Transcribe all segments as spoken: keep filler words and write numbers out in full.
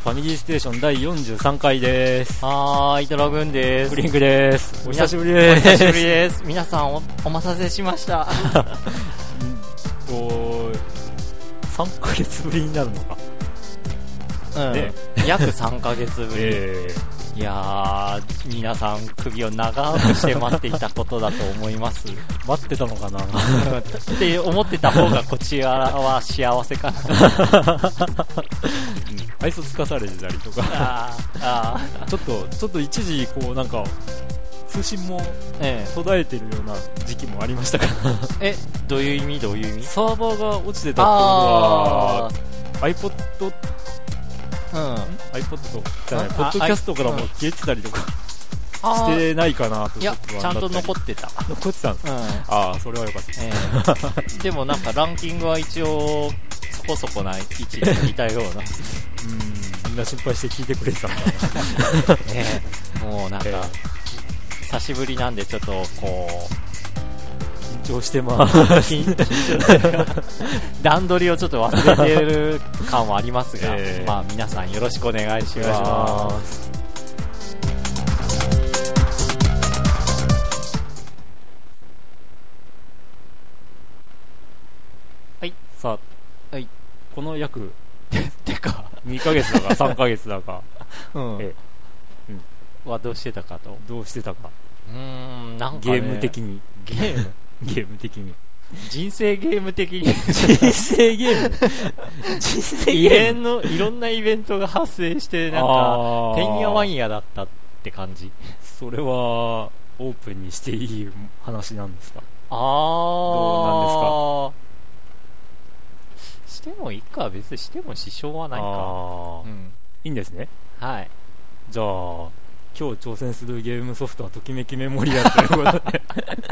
ファミリーステーションだいよんじゅうさんかいです。 はーい、ドラグーンです。 フリンクです。お久しぶりです。 お久しぶりです。皆さん お, お待たせしました。 とさんかげつぶりになるのか。 うん、ね、約さんかげつぶり。 えー、 いやー、皆さん首を長くして待っていたことだと思います。 待ってたのかなって思ってた方がこちらは幸せかな。 愛想つかされてたりとかああちょっとちょっと一時こうなんか通信も途絶えてるような時期もありましたからえどういう意味どういう意味サーバーが落ちてたってことは iPod うん iPod じゃないポッドキャストからも消えてたりとかしてないかなと。 いやちゃんと残ってた残ってたんですか、うん、ああそれはよかった、 えー、でもなんかランキングは一応そこそこな位置にいたようなうんみんな心配して聞いてくれてたんだえー、もうなんか、えー、久しぶりなんでちょっとこう緊張してます段取りをちょっと忘れてる感はありますが、えー、まあ皆さんよろしくお願いします。はいさあ、 はい、 この約てかにかげつだかさんかげつだか、 うんえうん、はどうしてたかとどうしてたかうーんなんか、ね、 ゲーム的にゲームゲーム的に人生ゲーム的に人生ゲーム人生ゲームのいろんなイベントが発生してなんかてんやわんやだったって感じ。 それはオープンにしていい話なんですか。 あーどうなんですか。 してもいいか別にしても支障はないか、 うん、いいんですね。 はいじゃあ今日挑戦するゲームソフトはときめきメモリアということで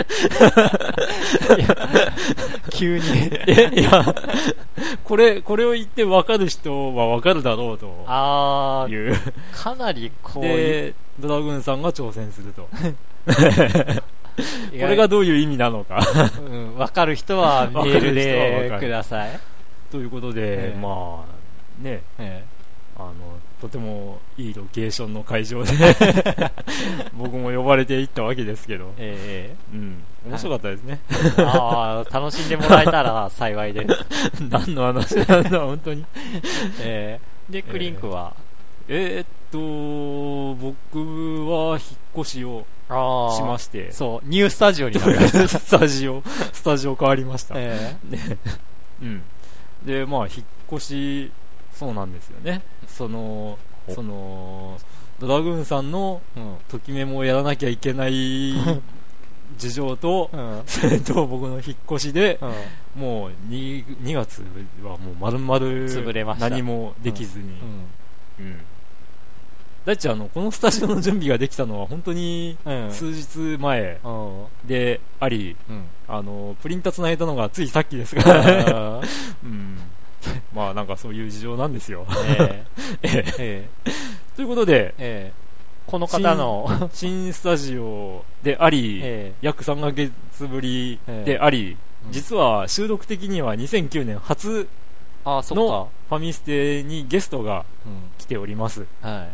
いや急にいやこれこれを言って分かる人は分かるだろうというあかなりこうでドラグーンさんが挑戦するとこれがどういう意味なのか、 うん、分かる人はメールでくださいということで、えー、まあね、えー、あのとてもいいロケーションの会場で僕も呼ばれていったわけですけど、 えーうん、面白かったですね、 はい、あ楽しんでもらえたら幸いです何の話なんだ本当に、 えー、でクリンクはえー、えー、っと僕は引っ越しをしまして、 そうニュースタジオになりましたスタジオスタジオ変わりました、 えー、 でうんでまあ引っ越しそうなんですよね。そのそのドラグーンさんのときメモをやらなきゃいけない事情と、うん、それと僕の引っ越しで、うん、もう 2, にがつはもう丸々 潰れました。 何もできずに、 うんうんうん、 だっちあのこのスタジオの準備ができたのは本当に数日前であり、うん、あのプリンタ繋いだのがついさっきですから、うんまあなんかそういう事情なんですよ、えーえー、ということで、 えー、この方の新, 新スタジオであり、えー、約さんかげつぶりであり、えー、実は収録的にはにせんきゅうねん初のファミステにゲストが来ております、 うんはい、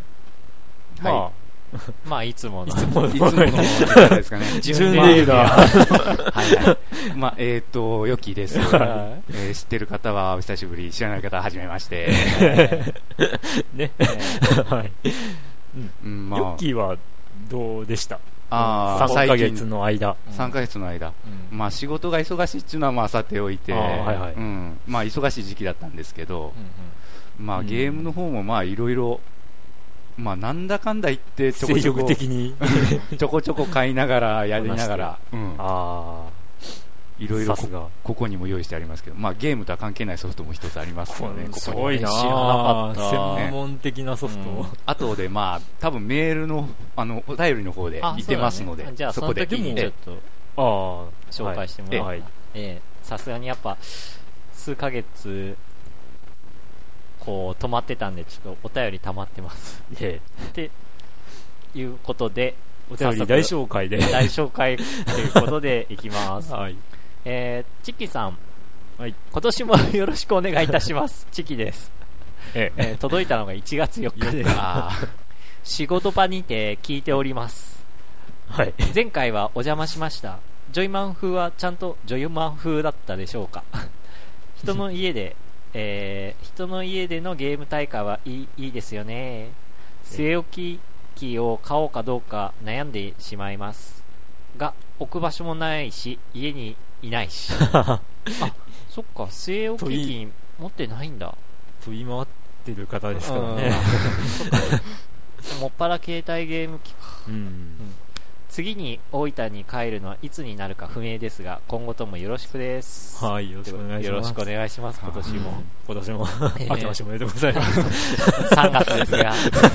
まあ、はいまあいつものいつものいつものですかね。 準レギュラーはいはい。まあえっ、ー、とヨッキーです、はいえー。知ってる方はお久しぶり、知らない方は初めまして。 ね。はい。うん。まあ、ヨッキーはどうでした？あさんかげつの間。 さんかげつの間。うん、まあ仕事が忙しいっていうのはまあさておいて、はいはいうん、まあ忙しい時期だったんですけど、うんうん、まあゲームの方もまあいろいろ。まあなんだかんだ言ってちょこちょこ的にちょこちょこ買いながらやりながら、うん、あいろいろ こ, ここにも用意してありますけど、まあゲームとは関係ないソフトも一つありますので、ここすごいな知らなかった専門的なソフト、 うん、後でまあ多分メールのあのお便りの方で言ってますので、 ね、じゃあそこでその時にちょっとあ紹介してもらう、はい、えー、さすがにやっぱ数ヶ月こう止まってたんでちょっとお便り溜まってますっていうことでお便り大紹介で大紹介ということでいきます、はいえー、チキさん、はい、今年もよろしくお願いいたしますチキですええ、届いたのがいちがつよっかです。仕事場にて聞いております。はい。前回はお邪魔しました。ジョイマン風はちゃんとジョイマン風だったでしょうか。人の家で、えー、人の家でのゲーム大会はいい、いいですよね。据え置き機を買おうかどうか悩んでしまいますが、置く場所もないし家にいないしあ、そっか、据え置き機持ってないんだ。 飛び回ってる方ですからね。 もっぱら携帯ゲーム機か、うんうん、次に大分に帰るのはいつになるか不明ですが、今後ともよろしくです。 はい、よろしくお願いします。 よろしくお願いします。今年も、うん、 今年も明けましておめでとうございます。 さんがつですが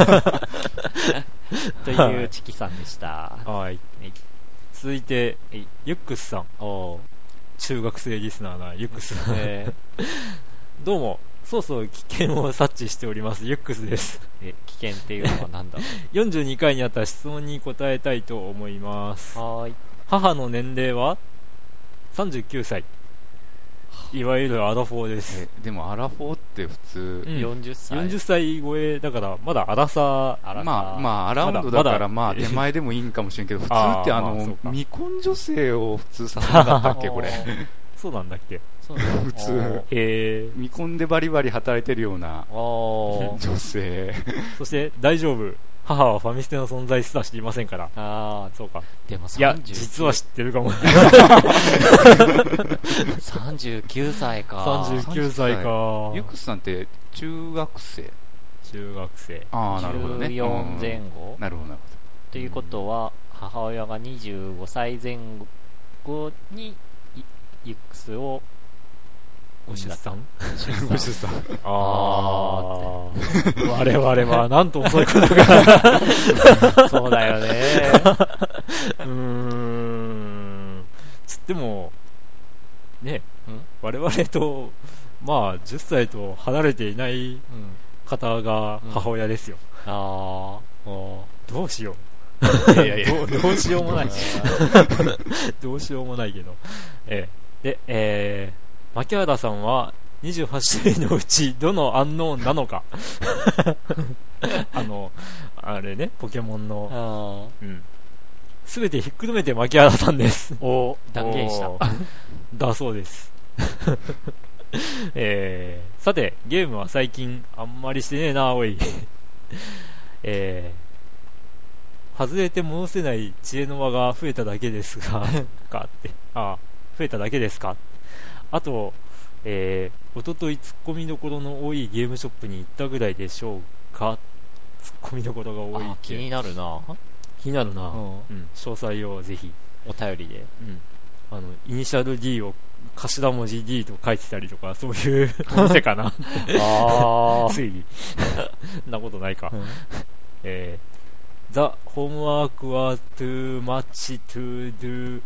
というチキさんでした。 はい、続いてユックスさん、お中学生リスナーなユックスさん、えー、どうも、そうそう危険を察知しておりますユックスです。 え、危険っていうのは何だよんじゅうにかいにあった質問に答えたいと思います。 はい。 母の年齢はさんじゅうきゅうさい、いわゆるアラフォーです。 えでもアラフォーって普通、 うん、よんじゅっさいよんじゅっさい超えだから、まだアラサー、 アラサー、まあまあアラウンドだから、まあ手前でもいいんかもしれんけど、普通ってあの未婚女性を普通させなかったっけこれそうなんだっけ。 そうなん普通、えー、未婚でバリバリ働いてるような女性そして大丈夫、母はファミステの存在すら知りませんから。ああ、そうか。 でもいや、実は知ってるかもさんじゅうきゅうさいか。 さんじゅうきゅうさいか。 ユックスさんって中学生中学生。 ああ、なるほどね。 じゅうよんぜん後、 うん、なるほどなるほど。 ということは、母親がにじゅうごさいぜん後にユックスをご出産ご出産ああ我々はなんと遅いことがそうだよねうーんつってもね、我々とまあじゅっさいと離れていない方が母親ですよ、うん、ああどうしよういやいやど, どうしようもないどうしようもないけど、ええ、で、えー牧原さんはにじゅうはち種類のうちどのアンノーンなのかあのあれね、ポケモンのすべ、うん、てひっくるめて牧原さんです。 お断言しただそうです、えー、さてゲームは最近あんまりしてねえなおい、えー、外れて戻せない知恵の輪が増えただけですがかってあ増えただけですか。あと、えー、おとといツッコミどころの多いゲームショップに行ったぐらいでしょうか。ツッコミどころが多いって気になるな気になるな、うんうん、詳細をぜひお便りで、 うん、あのイニシャル D を頭文字 D と書いてたりとかそういうお店かなあ推理なことないか、うん、えー、The homework was too much to do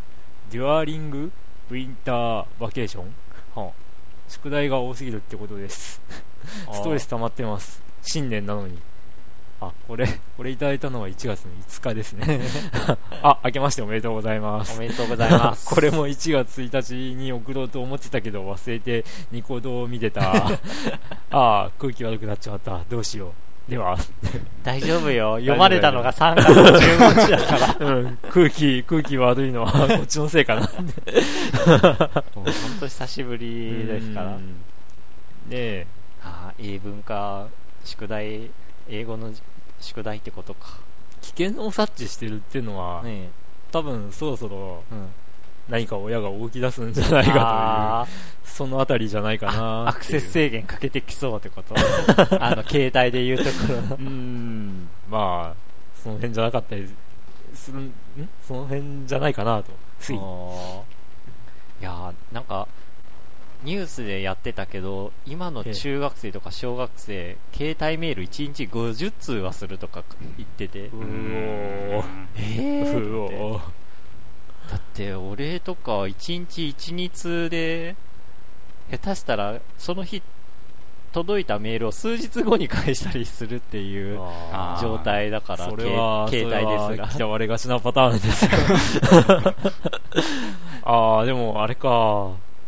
duringウィンターバケーション、はあ、宿題が多すぎるってことですストレス溜まってます。新年なのに。あ、これこれいただいたのはいちがつのいつかですねあ、明けましておめでとうございます。 おめでとうございますこれもいちがつついたちに送ろうと思ってたけど忘れてニコ動を見てたああ、空気悪くなっちまった、どうしよう。では大丈夫よ、読まれたのがさんがつじゅうごにちだから、 うん、空気空気悪いのはこっちのせいかなもう本当久しぶりですからねえ。あ、英文か宿題、英語の宿題ってことか。 危険を察知してるっていうのは、ね、多分そろそろ、うん、何か親が動き出すんじゃないかというそのあたりじゃないかな。 アクセス制限かけてきそうってことあの携帯でいうところのうーん、まあその辺じゃなかったりするん、その辺じゃないかなとつい。いやなんかニュースでやってたけど、今の中学生とか小学生携帯メールいちにちごじゅっつうはするとか言ってて、うおーえーうおーだって俺とかいちにちいち、につうで下手したらその日届いたメールを数日後に返したりするっていう状態だから、 それは携帯ですが嫌われがちなパターンですよああ、でもあれか、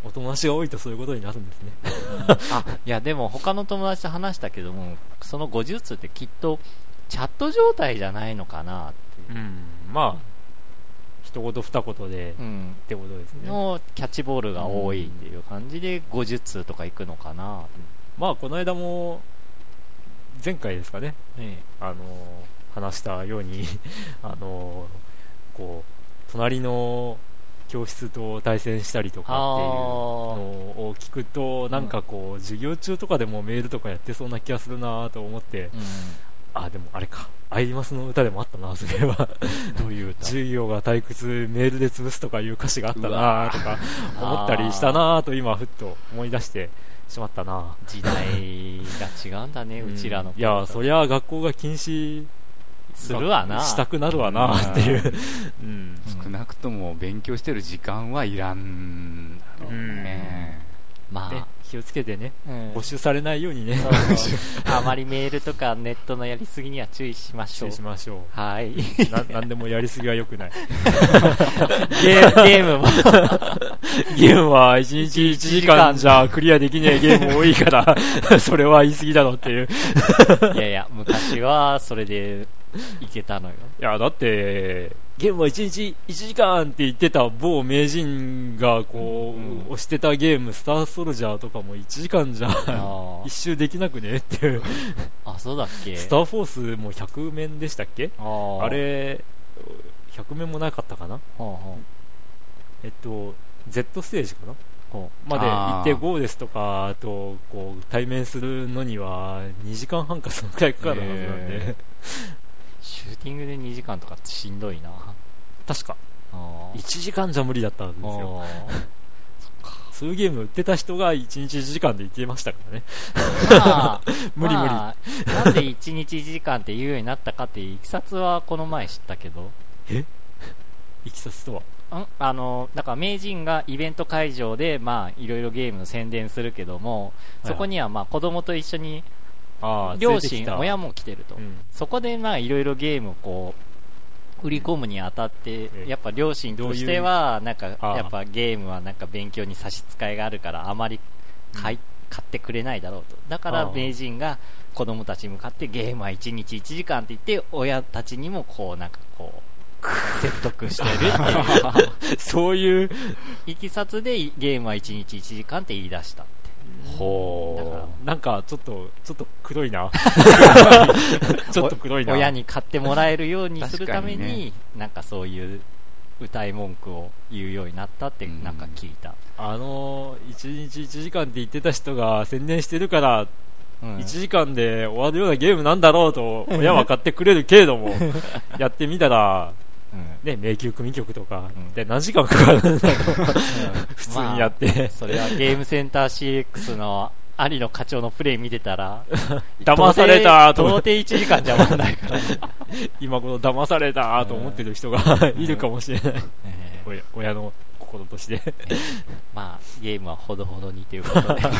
お友達が多いとそういうことになるんですね。 あ、いやでも他の友達と話したけども、そのごじゅっつうってきっとチャット状態じゃないのかなっていう。 うん、まあ一言二言で、うん、ってことですね。 のキャッチボールが多いっていう感じでごじゅっつうとかいくのかな、うん、 まあこの間も前回ですかね、ええ、あの話したようにあのこう隣の教室と対戦したりとかっていうのを聞くと、なんかこう授業中とかでもメールとかやってそうな気がするなと思って、うん、あでもあれかアイリマスの歌でもあったな、それはどういう歌？ 授業が退屈メールで潰すとかいう歌詞があったなとか思ったりしたなと今ふっと思い出してしまったな。 時代が違うんだね、うちらの。 いやそりゃ学校が禁止するわな、 したくなるわなっていう、 うん、少なくとも勉強してる時間はいらんだろうね、 うん、まあね、気をつけてね、うん、募集されないようにね、そうそうあまりメールとかネットのやりすぎには注意しましょう。 注意しましょう。 はいななんでもやりすぎは良くないゲーゲームもゲームはいちにちいちじかんじゃクリアできねえゲーム多いからそれは言い過ぎだろっていういやいや昔はそれでいけたのよ。 いやだってゲームはいちにちいちじかんって言ってた某名人がこう、うん、押してたゲームスターソルジャーとかもいちじかんじゃ一周できなくねっていうあそうだっけ。 スターフォースもひゃく面でしたっけ。 あ, あれひゃく面もなかったかな、はあはあ、えっと Z ステージかな、はあ、まで行ってゴーですとかとこう対面するのにはにじかんはんかそのくらいかかるはずなんでシューティングでにじかんとかってしんどいな。 確かいちじかんじゃ無理だったんですよそういうゲーム売ってた人がいちにちいちじかんで行ってましたからね、まあ、無理無理、まあ、なんでいちにちいちじかんって言うようになったかっていういきさつはこの前知ったけど。 えいきさつとはんあのだから名人がイベント会場でまあいろいろゲームの宣伝するけども、そこにはまあ子供と一緒に両親親も来てると、うん、そこでまあいろいろゲームをこう売り込むにあたって、うん、やっぱ両親としてはなんかやっぱゲームはなんか勉強に差し支えがあるからあまり買い、うん、買ってくれないだろうと。だから名人が子供たちに向かってゲームはいちにちいちじかんって言って親たちにもこうなんかこう説得してるっていうそういういきさつでゲームはいちにちいちじかんって言い出したって。 ほうだからなんかちょっとちょっと黒いなちょっと黒いな。 親に買ってもらえるようにするために、ね、なんかそういう歌い文句を言うようになったってなんか聞いた、 うん、あのいちにちいちじかんって言ってた人が宣伝してるからいちじかんで終わるようなゲームなんだろうと親は買ってくれるけれどもやってみたらうんね、迷宮組曲とか、うん、で何時間かかるんだろう、うん、普通にやって、まあ、 それはゲームセンター シーエックス の有野課長のプレイ見てたら騙されたと到底いちじかんじゃ終わんないから今この騙されたと思ってる人がいるかもしれない、えー、親, 親の心として、えー、 まあゲームはほどほどにということで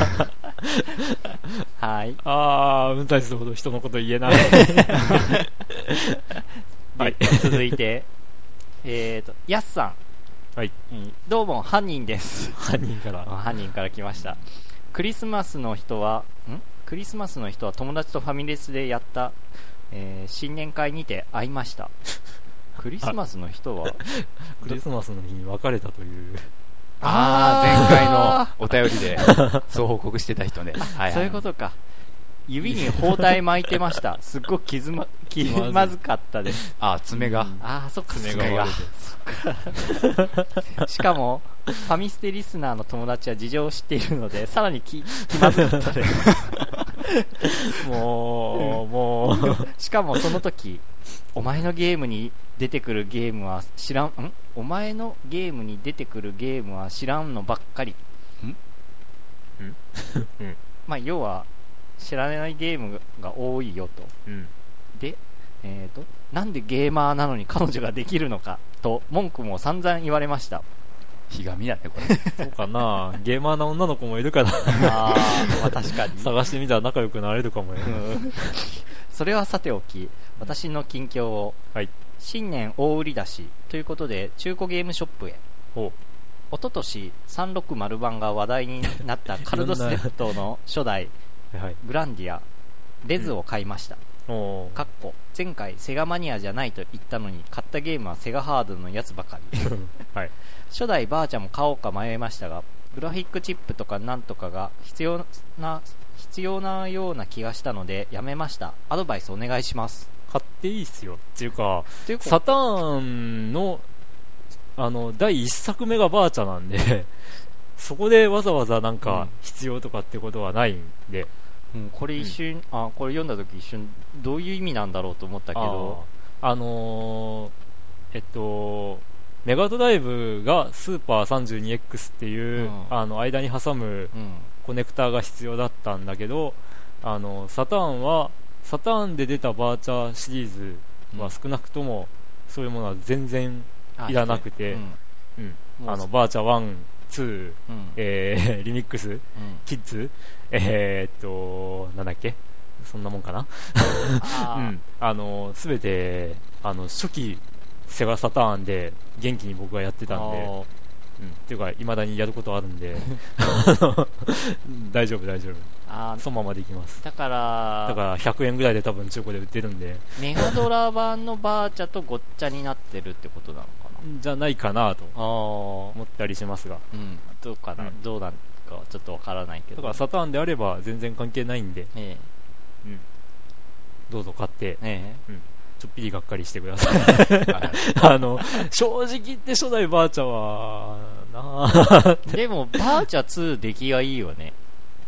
はいあーうんざりするほど人のこと言えないはい、続いてえーとやすさん、はい、どうも犯人です。 犯人から犯人から来ました。クリスマスの人はんクリスマスの人は友達とファミレスでやった、えー、新年会にて会いました。クリスマスの人はクリスマスの日に別れたというああ前回のお便りでそう報告してた人ねはい、はい、そういうことか。指に包帯巻いてました。すっごく気ま、気まずかったです。 あ、爪が。 あ、そっか、爪が。そっか。しかも、ファミステリスナーの友達は事情を知っているので、さらに気、気まずかったです。 もう、もう。 しかもその時、お前のゲームに出てくるゲームは知らん、んお前のゲームに出てくるゲームは知らんのばっかり。んんうん。まあ、要は、知らないゲームが多いよと、うん、で、えーと、なんでゲーマーなのに彼女ができるのかと文句も散々言われました。 ひがみだねこれそうかなゲーマーな女の子もいるからあ、まあ確かに探してみたら仲良くなれるかもよ、うん、 それはさておき私の近況を、はい、新年大売り出しということで中古ゲームショップへおととしさんびゃくろくじゅう版が話題になったカルドステットの初代グランディアレズを買いました、うん、かっこ前回セガマニアじゃないと言ったのに買ったゲームはセガハードのやつばかり、はい、初代バーチャも買おうか迷いましたがグラフィックチップとかなんとかが必要な必要なような気がしたのでやめました。アドバイスお願いします。 買っていいっすよっていうかサターンのあのだいいっさくめがバーチャなんでそこでわざわざなんか必要とかってことはないんで、 うん、これ一瞬、うん、あこれ読んだ時一瞬どういう意味なんだろうと思ったけどあ、あのー、えっとメガドライブがスーパー さんじゅうにエックス っていう、うん、あの間に挟むコネクターが必要だったんだけど、あのサターンはサターンで出たバーチャシリーズは少なくともそういうものは全然いらなくて、うんうん、あのバーチャワン、ツー、うん、えー、リミックス、うん、キッズ、えー、っとなんだっけそんなもんかなあ、うん、あの全てあの初期セガサターンで元気に僕はやってたんで、うん、っていうか未だにやることあるんで大丈夫大丈夫あそのままでいきます。 だからだからひゃくえんぐらいで多分中古で売ってるんでメガドラ版のバーチャとごっちゃになってるってことなのかなじゃないかなと思ったりしますが、 うん、どうかな、うん、どうなんかちょっとわからないけどだからサターンであれば全然関係ないんで、ええうん、どうぞ買って、ええうんちょっぴりがっかりしてくださいあの正直言って初代バーチャはなでもバーチャツー出来がいいよね。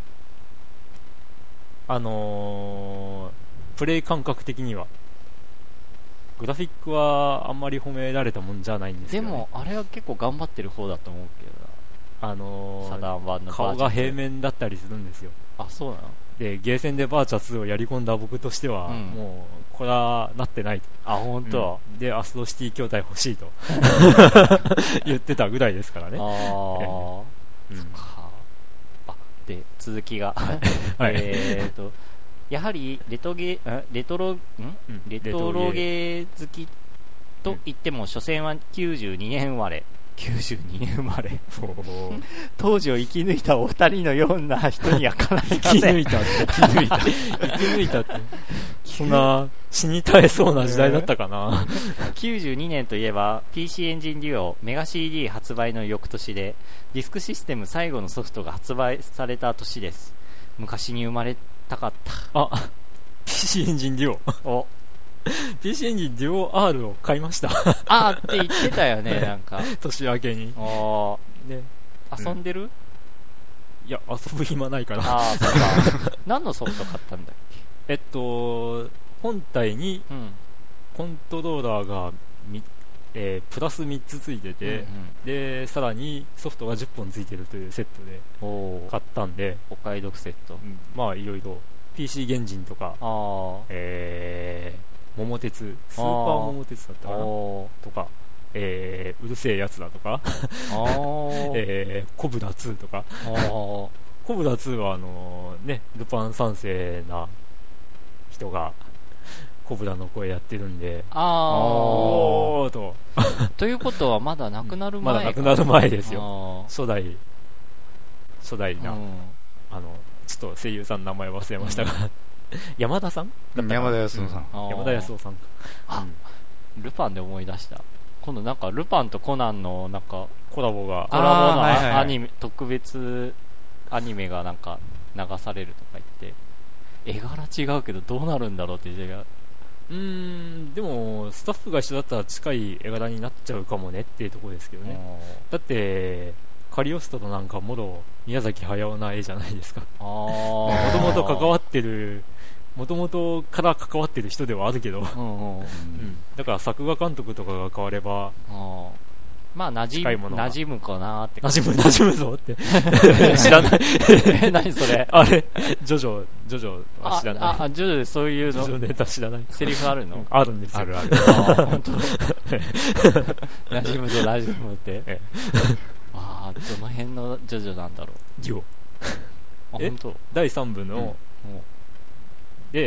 あのー、プレイ感覚的にはグラフィックはあんまり褒められたもんじゃないんですよ、ね、 でもあれは結構頑張ってる方だと思うけどな。 あのー、 サダン版の顔が平面だったりするんですよ。 あ、そうなの。 でゲーセンでバーチャツーをやり込んだ僕としては、うん、もうこれはなってないと。 あ、本当、 うん、でアストシティ筐体欲しいと言ってたぐらいですからね。ああ、 うん、そっか。あ、で続きがえっとやはりレトゲレトロん、うん、レトロゲー好きと言っても、所詮はきゅうじゅうにねん生まれ。きゅうじゅうにねん生まれ当時を生き抜いたお二人のような人にはかないません。 生き抜いたって生き抜いた生き抜いたってそんな死に絶えそうな時代だったかなきゅうじゅうにねんといえば ピーシー エンジンデュオメガ シーディー 発売の翌年でディスクシステム最後のソフトが発売された年です。昔に生まれたかった。 あ ピーシー エンジンデュオおピーシー エンジンデュオ アール を買いましたあーって言ってたよねなんか年明けに。 あね遊んでる、うん、 いや遊ぶ暇ないからああそっか何のソフト買ったんだっけ。えっと本体にコントローラーがみ、えー、プラスみっつついてて、うんうん、でさらにソフトがじゅっぽんついてるというセットで買ったんでお買い得セット、うん、 まあいろいろ ピーシー 原人とかあえー桃鉄スーパー桃鉄だったかなとか、えー、うるせえやつだとかえー、コブラツーとかコブラツーはあのー、ねルパン三世な人がコブラの声やってるんであーとということはまだ亡くなる前まだ亡くなる前ですよ。初代初代な、うん、あのちょっと声優さんの名前忘れましたが、うん山田さんだった山田康夫さん、 うん、山田康夫さんか。 あ、うん、ルパンで思い出した。今度なんかルパンとコナンのなんかコラボがコラボのはいはいはいアニメ特別アニメがなんか流されるとか言って絵柄違うけどどうなるんだろうっていううーんでもスタッフが一緒だったら近い絵柄になっちゃうかもねっていうところですけどね。だってカリオストロなんかもろ宮崎駿な絵じゃないですか。もともと関わってるもともとから関わってる人ではあるけど、うんうんうん、だから作画監督とかが変わればあまあ馴染む馴染むかなって馴染む馴染むぞって知らないえ何それあれジョジョジョジョは知らない。 ああジョジョでそういうのジョジョネタ知らない。 セリフあるのあるんですよ。 あるあるあ本当馴染むぞ馴染むってえああどの辺のジョジョなんだろう。 ジョえだいさんぶの、うん、で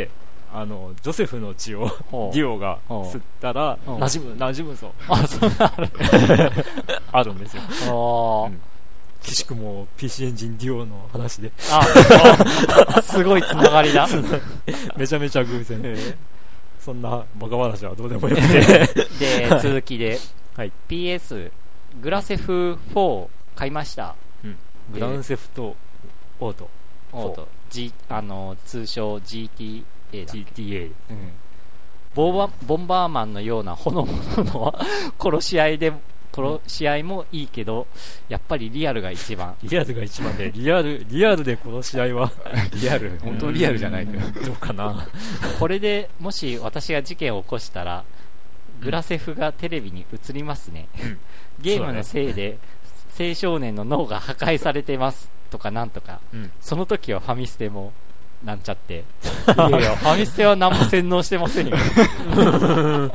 あのジョセフの血をディオが吸ったら馴染む馴染むぞあそんなあるあるんですよあ、うん、 岸くも ピーシー エンジンディオの話であすごいつながりだめちゃめちゃ偶然、えー、そんなバカ話はどうでもよくてで続きで、はい、ピーエス グラセフフォー買いました、 うん、グランセフトオートオート、G、あの通称 ジーティーエー だっけジーティーエー、うん、 ボンバボンバーマンのようなほのぼのの殺し合いで殺し合いもいいけどやっぱりリアルが一番リアルが一番でリアルリアルで殺し合いはリアル本当リアルじゃないかどうかなこれでもし私が事件を起こしたらグラセフがテレビに映りますね、うん、ゲームのせいで青少年の脳が破壊されてますとかなんとか、うん、その時はファミステもなんちゃっていやいやファミステは何も洗脳してませんようんうん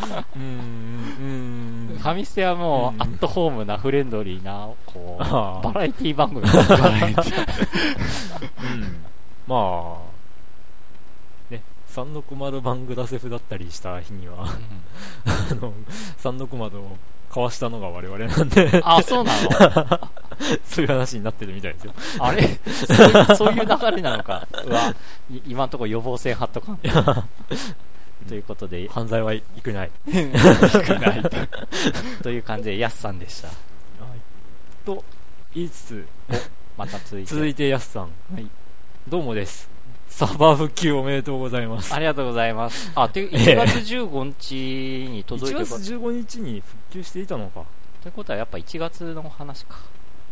ファミステはもうアットホームなフレンドリーなこうバラエティ番組バラエティ、 うん、まあねさんろくまる版グラセフだったりした日には、うん、あのさんろくまるを交わしたのが我々なんであそうなのそういう話になってるみたいですよあれそういう、そういう流れなのかうわ今のところ予防線張っとかんということで犯罪はいくないいくないという感じでヤスさんでした、はい、 と言いつつまた続いて続いてヤスさん、はい、どうもですサーバー復旧おめでとうございます。 ありがとうございます。あ、ていちがつじゅうごにちに届いて、 いちがつじゅうごにちに復旧していたのか。 ということはやっぱいちがつの話か。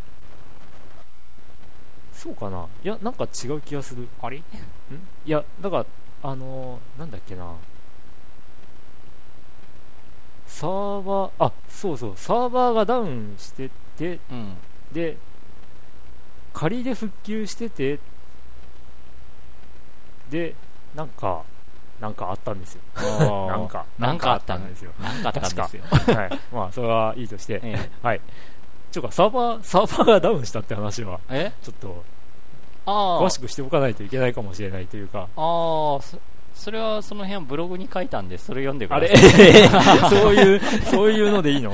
そうかな。いやなんか違う気がする。 あれ？ん？いやだからあのー、なんだっけな。サーバーあそうそうサーバーがダウンしてて、うん、で仮で復旧してて。でなんかなんかあったんですよなんかなんかあったんですよなんかあったんですよはいまあそれはいいとして、ええ、はいちょっとサーバーサーバーがダウンしたって話はえちょっと詳しくしておかないといけないかもしれないというかああ そ, それはその辺ブログに書いたんでそれ読んでくださいあれそういうそういうのでいいの、うん、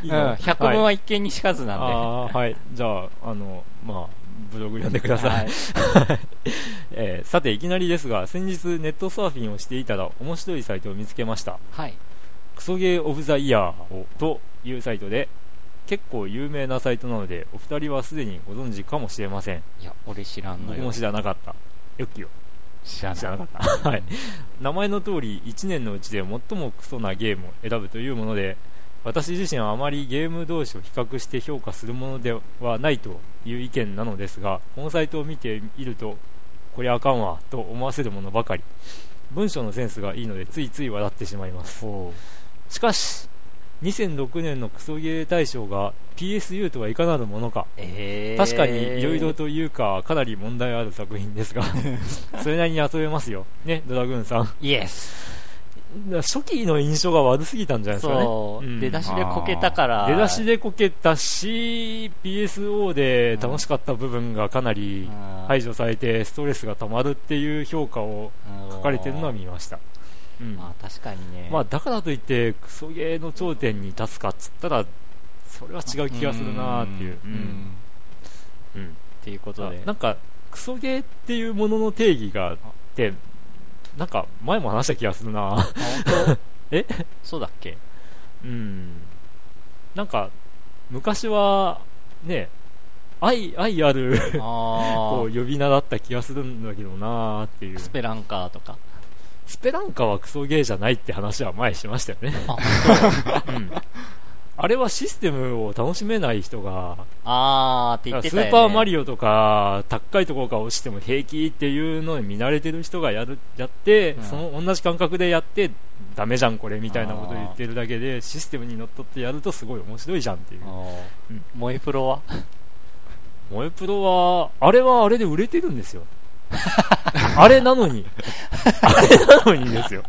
いいの、うん、ひゃくぶんは一見にしかずなんで、はい、 あはいじゃああのまあブログ読んでください、はいえー、さていきなりですが先日ネットサーフィンをしていたら面白いサイトを見つけました、 はい、 クソゲーオブザイヤーというサイトで結構有名なサイトなのでお二人はすでにご存知かもしれません。 いや俺知らんのよ。 僕も知らなかった。よっきよ知らなかった、はい、名前の通りいちねんのうちで最もクソなゲームを選ぶというもので私自身はあまりゲーム同士を比較して評価するものではないという意見なのですがこのサイトを見ているとこりゃあかんわと思わせるものばかり文章のセンスがいいのでついつい笑ってしまいます。しかしにせんろくねんのクソゲー大賞が ピーエスユー とはいかなるものか、えー、確かにいろいろというかかなり問題ある作品ですがそれなりに遊べますよねドラグーンさん。 イエス初期の印象が悪すぎたんじゃないですかね。そう、 うん、出だしでこけたから出だしでこけたし ピーエスオー で楽しかった部分がかなり排除されてストレスがたまるっていう評価を書かれてるのは見ました。 うん、まあ確かにね、 まあ、だからといってクソゲーの頂点に立つかっつったらそれは違う気がするなっていう、うんうんうん、っていうことでなんかクソゲーっていうものの定義があってなんか前も話した気がするなえそうだっけ。 うんなんか昔はね愛愛あるこう呼び名だった気がするんだけどなっていう。 スペランカーとかスペランカはクソゲーじゃないって話は前しましたよね。あ、うん、あれはシステムを楽しめない人があーって言ってたよね。 スーパーマリオとか高いところから落ちても平気っていうのに見慣れてる人がやるやって、うん、その同じ感覚でやってダメじゃんこれみたいなことを言ってるだけでシステムにのっとってやるとすごい面白いじゃんっていう。 うん、萌えプロは萌えプロはあれはあれで売れてるんですよあれなのにあれなのにですよ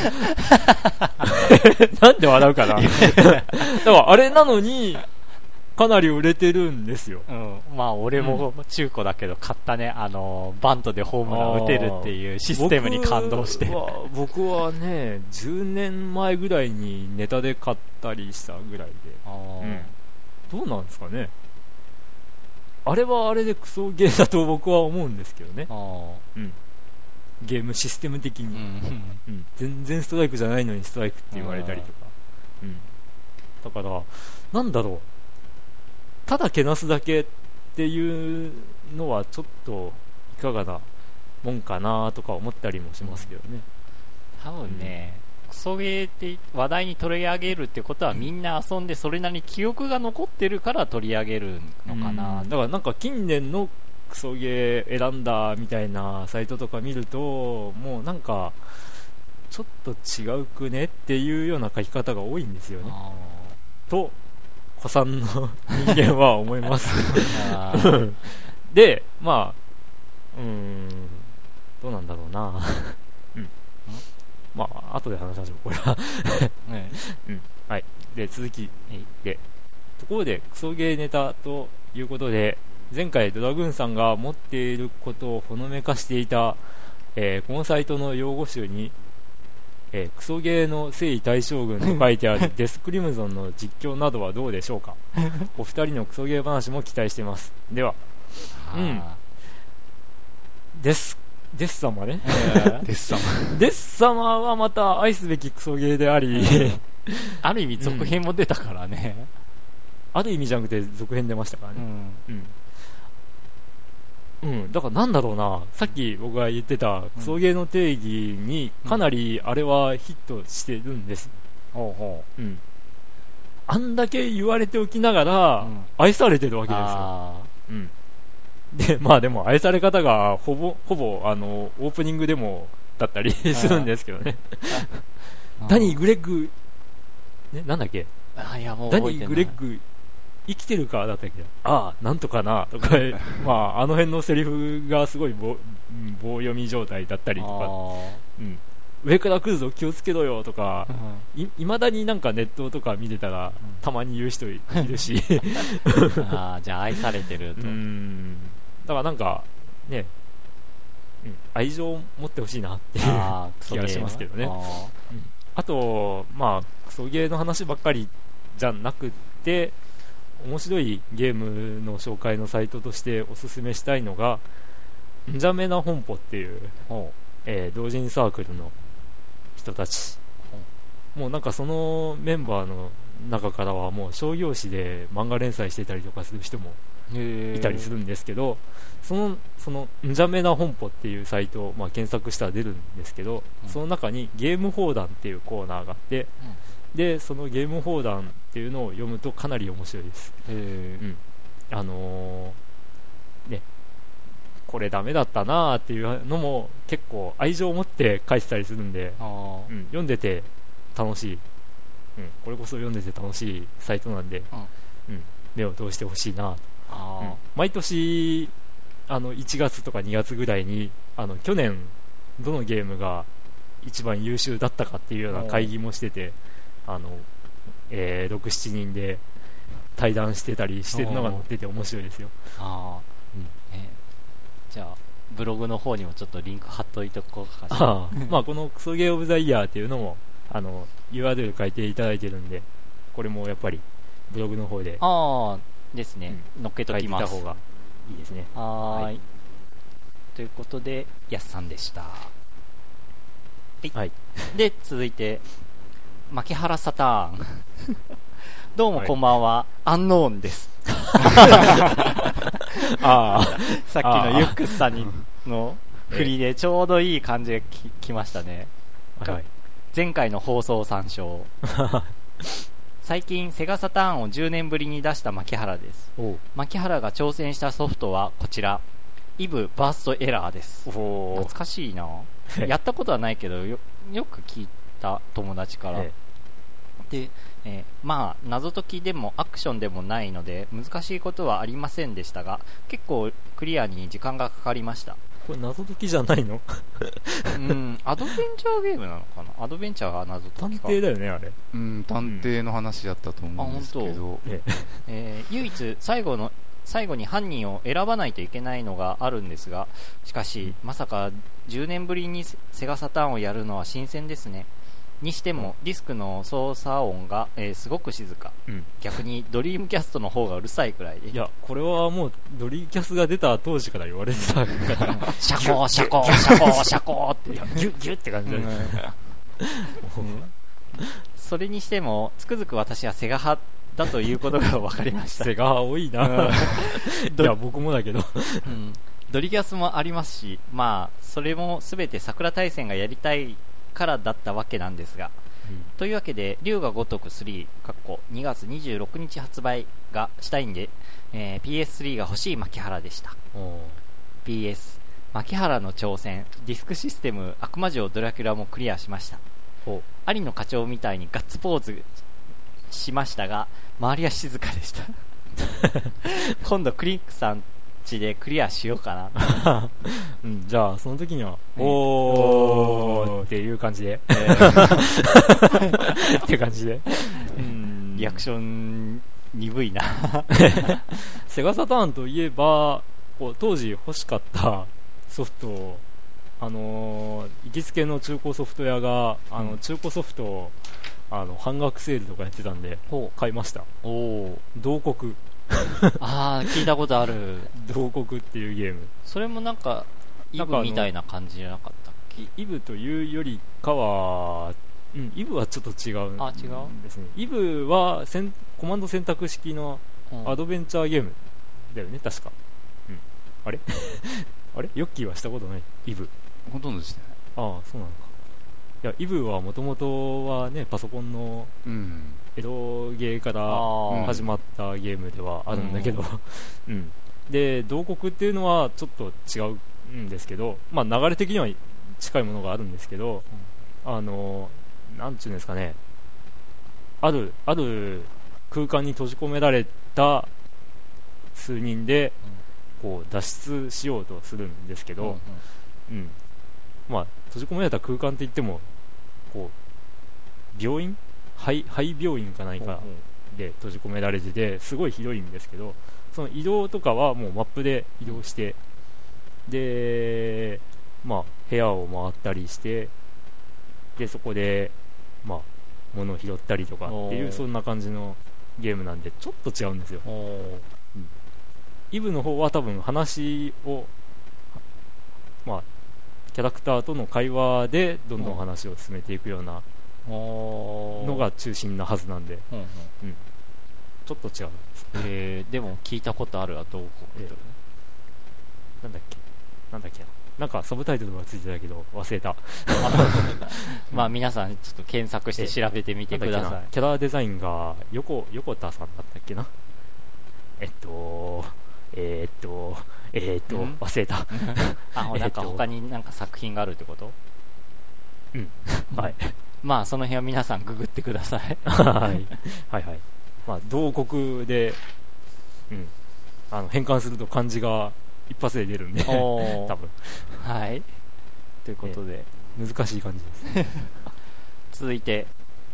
なんで笑うかなだからあれなのにかなり売れてるんですよ。 うん、まあ俺も中古だけど買ったね、あのバントでホームラン打てるっていうシステムに感動して。 僕は、僕はねじゅうねんまえぐらいにネタで買ったりしたぐらいで、 あ、 うん、どうなんですかね。あれはあれでクソゲーだと僕は思うんですけどね。 あ、 うん、ゲームシステム的に、 うんうん、全然ストライクじゃないのにストライクって言われたりとか、うん、だからなんだろう、ただけなすだけっていうのはちょっといかがなもんかなとか思ったりもしますけどね。 多分ね、うん、クソゲーって話題に取り上げるってことはみんな遊んでそれなりに記憶が残ってるから取り上げるのかな、 うん、だからなんか近年のクソゲー選んだみたいなサイトとか見るともうなんかちょっと違うくねっていうような書き方が多いんですよねと子さんの人間は思いますで、まあうーんどうなんだろうなうんまあ後で話しましょうこれはね、うん、はいで続きでところでクソゲーネタということで前回ドラグーンさんが持っていることをほのめかしていた、えー、このサイトの用語集にえー、クソゲーの征夷大将軍と書いてあるデスクリムゾンの実況などはどうでしょうかお二人のクソゲー話も期待しています。では、うん、デスデス様ねデス様デス様はまた愛すべきクソゲーでありある意味続編も出たからね、 うん、ある意味じゃなくて続編出ましたからね、うんうんうん、だからなんだろうな、さっき僕が言ってたクソゲーの定義にかなりあれはヒットしてるんです、 うんうん、 あんだけ言われておきながら愛されてるわけですよ、うん、でまあでも愛され方がほぼほぼあのオープニングでもだったりするんですけどねダニー・グレッグ、ね、なんだっけあいやもうダニー・グレッグ生きてるかだったっけ、ああなんとかなとかまああの辺のセリフがすごい 棒, 棒読み状態だったりとか、うん、上から来るぞ気をつけろよとか、うん、い, いまだになんかネットとか見てたら、うん、たまに言う人いるしあじゃあ愛されてると、 うんだからなんかね、うん、愛情を持ってほしいなっていう気がしますけどね。 あ,、うん、あとまあクソゲーの話ばっかりじゃなくて面白いゲームの紹介のサイトとしておすすめしたいのがんじゃめな本舗っていう、えー、同人サークルの人たち、もうなんかそのメンバーの中からはもう商業誌で漫画連載してたりとかする人もいたりするんですけど、そのそのんじゃめな本舗っていうサイトを、まあ、検索したら出るんですけど、うん、その中にゲーム放談っていうコーナーがあって、うんでそのゲーム放談っていうのを読むとかなり面白いです。 へー、 うん、あのー、ねこれダメだったなーっていうのも結構愛情を持って書いてたりするんで、 あ、 うん、読んでて楽しい、うん、これこそ読んでて楽しいサイトなんで、うん、目を通してほしいなと。 あ、うん、 毎年あのいちがつとかにがつぐらいにあの去年どのゲームが一番優秀だったかっていうような会議もしてて、あのえー、ろく、しちにんで対談してたりしてるのが載ってて面白いですよ。 あ、うんえー、じゃあブログの方にもちょっとリンク貼っといておこうかしら。 あまあこのクソゲーオブザイヤーっていうのもあの ユーアールエル 書いていただいてるんで、これもやっぱりブログの方であですね、うん、載っけときます。 書いてた方がいいですね。 はい、はい、ということでやっさんでした。はい、はい、で続いて牧原サターンどうもこんばんは、はい、アンノーンですあさっきのユックスさんにの振りでちょうどいい感じでききましたね、はい、前回の放送参照最近セガサターンをじゅうねんぶりに出した牧原です。牧原が挑戦したソフトはこちらイブバーストエラーです。懐かしいなやったことはないけど よ, よく聞いた友達から、ええでえー、まあ謎解きでもアクションでもないので難しいことはありませんでしたが結構クリアに時間がかかりました。 これ謎解きじゃないの？ うん、アドベンチャーゲームなのかな。アドベンチャーが謎解きか。 探偵だよねあれ。 うん、探偵の話だったと思うんですけど、うん、 えー、唯一最後の最後に犯人を選ばないといけないのがあるんですが、しかしまさかじゅうねんぶりにセガサターンをやるのは新鮮ですね。にしてもディスクの操作音が、えー、すごく静か、うん、逆にドリームキャストの方がうるさいくらいで、 いやこれはもうドリーキャスが出た当時から言われてたからシャコーシャコーシャコーシャコーってギュッギュッって感じだね、 うん、それにしてもつくづく私はセガ派だということが分かりました。 セガ派多いな、うん、いや僕もだけど、 うん、ドリキャスもありますし、まあそれも全て桜大戦がやりたいからだったわけなんですが、うん、というわけで龍が如くスリーにがつにじゅうろくにち発売がしたいんで、えー、ピーエススリー が欲しい牧原でした。 ピーエス 牧原の挑戦ディスクシステム悪魔城ドラキュラもクリアしました。有野課長みたいにガッツポーズしましたが周りは静かでした今度クリンクさんちでクリアしようかな、 うん、じゃあその時には、えー、おーっていう感じで、えー、って感じで、 うん、リアクション鈍いなセガサターンといえばこう当時欲しかったソフトをあのー、行きつけの中古ソフト屋があの中古ソフトをあの半額セールとかやってたんで買いました。 お同国ああ聞いたことある同国っていうゲーム。 それもなんかイブみたいな感じじゃなかったっけ。 イブというよりかは、うん、イブはちょっと違うんあ違うですね。イブはせんコマンド選択式のアドベンチャーゲームだよね確か、うん、あれあれヨッキーはしたことないイブ。 ほとんどですね。 ああそうなのか。いやイブはもともとはねパソコンのエロゲーから始まったゲームではあるんだけど、うん、で同国っていうのはちょっと違うんですけど、まあ、流れ的には近いものがあるんですけど、あのなんていうんですかね、あるある空間に閉じ込められた数人でこう脱出しようとするんですけど、うんうんまあ、閉じ込められた空間って言ってもこう病院肺、肺病院か何かで閉じ込められててすごい広いんですけど、その移動とかはもうマップで移動してで、まあ、部屋を回ったりしてでそこで、まあ、物を拾ったりとかっていうそんな感じのゲームなんでちょっと違うんですよ、うん、イブの方は多分話をまあキャラクターとの会話でどんどん話を進めていくようなのが中心なはずなんで、うんうんうん、ちょっと違うんです、 えー、でも聞いたことあるわどうこう、えー、なんだっけなんだっけなんかサブタイトルがついてたけど忘れたまあ皆さんちょっと検索して調べてみてください。 キャラデザインが横横田さんだったっけなえっとえー、っとえー、っと、うん、忘れたあなんか他になんか作品があるってこと。 うんはいまあその辺は皆さんググってくださいはいはいはいまあ同国で、うん、あの変換すると漢字が一発で出るんで多分はいということで、 えー、難しい感じです続いて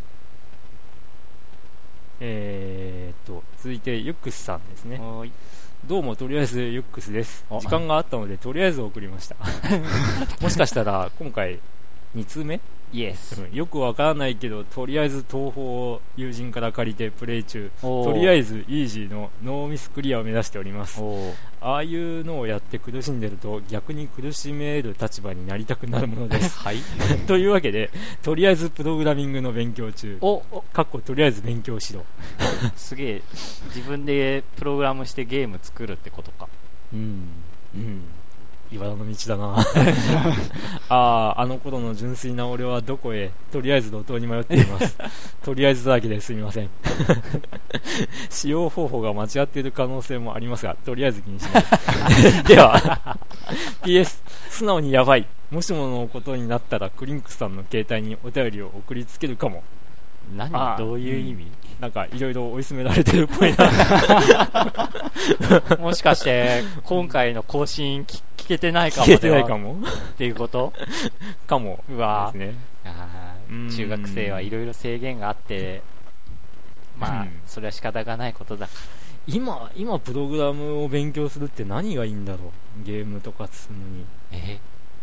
えー、っと続いてユックスさんですね。はいどうもとりあえずユックスです。時間があったのでとりあえず送りましたもしかしたら今回に通目イエス、 うん、よくわからないけどとりあえず東宝を友人から借りてプレイ中とりあえずイージーのノーミスクリアを目指しております。ああいうのをやって苦しんでると逆に苦しめる立場になりたくなるものですはいというわけでとりあえずプログラミングの勉強中おかっことりあえず勉強しろすげえ自分でプログラムしてゲーム作るってことか。 うんうん茨の道だなあああの頃の純粋な俺はどこへとりあえず路頭に迷っていますとりあえずだけですみません使用方法が間違っている可能性もありますがとりあえず気にしないではピーエス 素直にやばいもしものことになったらクリンクさんの携帯にお便りを送りつけるかも何どういう意味、うん、 なんかいろいろ追い詰められてるっぽいなもしかして今回の更新 聞, 聞けてないかも聞けてないかもっていうことかもうわですね。 あ中学生はいろいろ制限があってまあ、うん、それは仕方がないことだから今今プログラムを勉強するって何がいいんだろう。ゲームとか積むにえ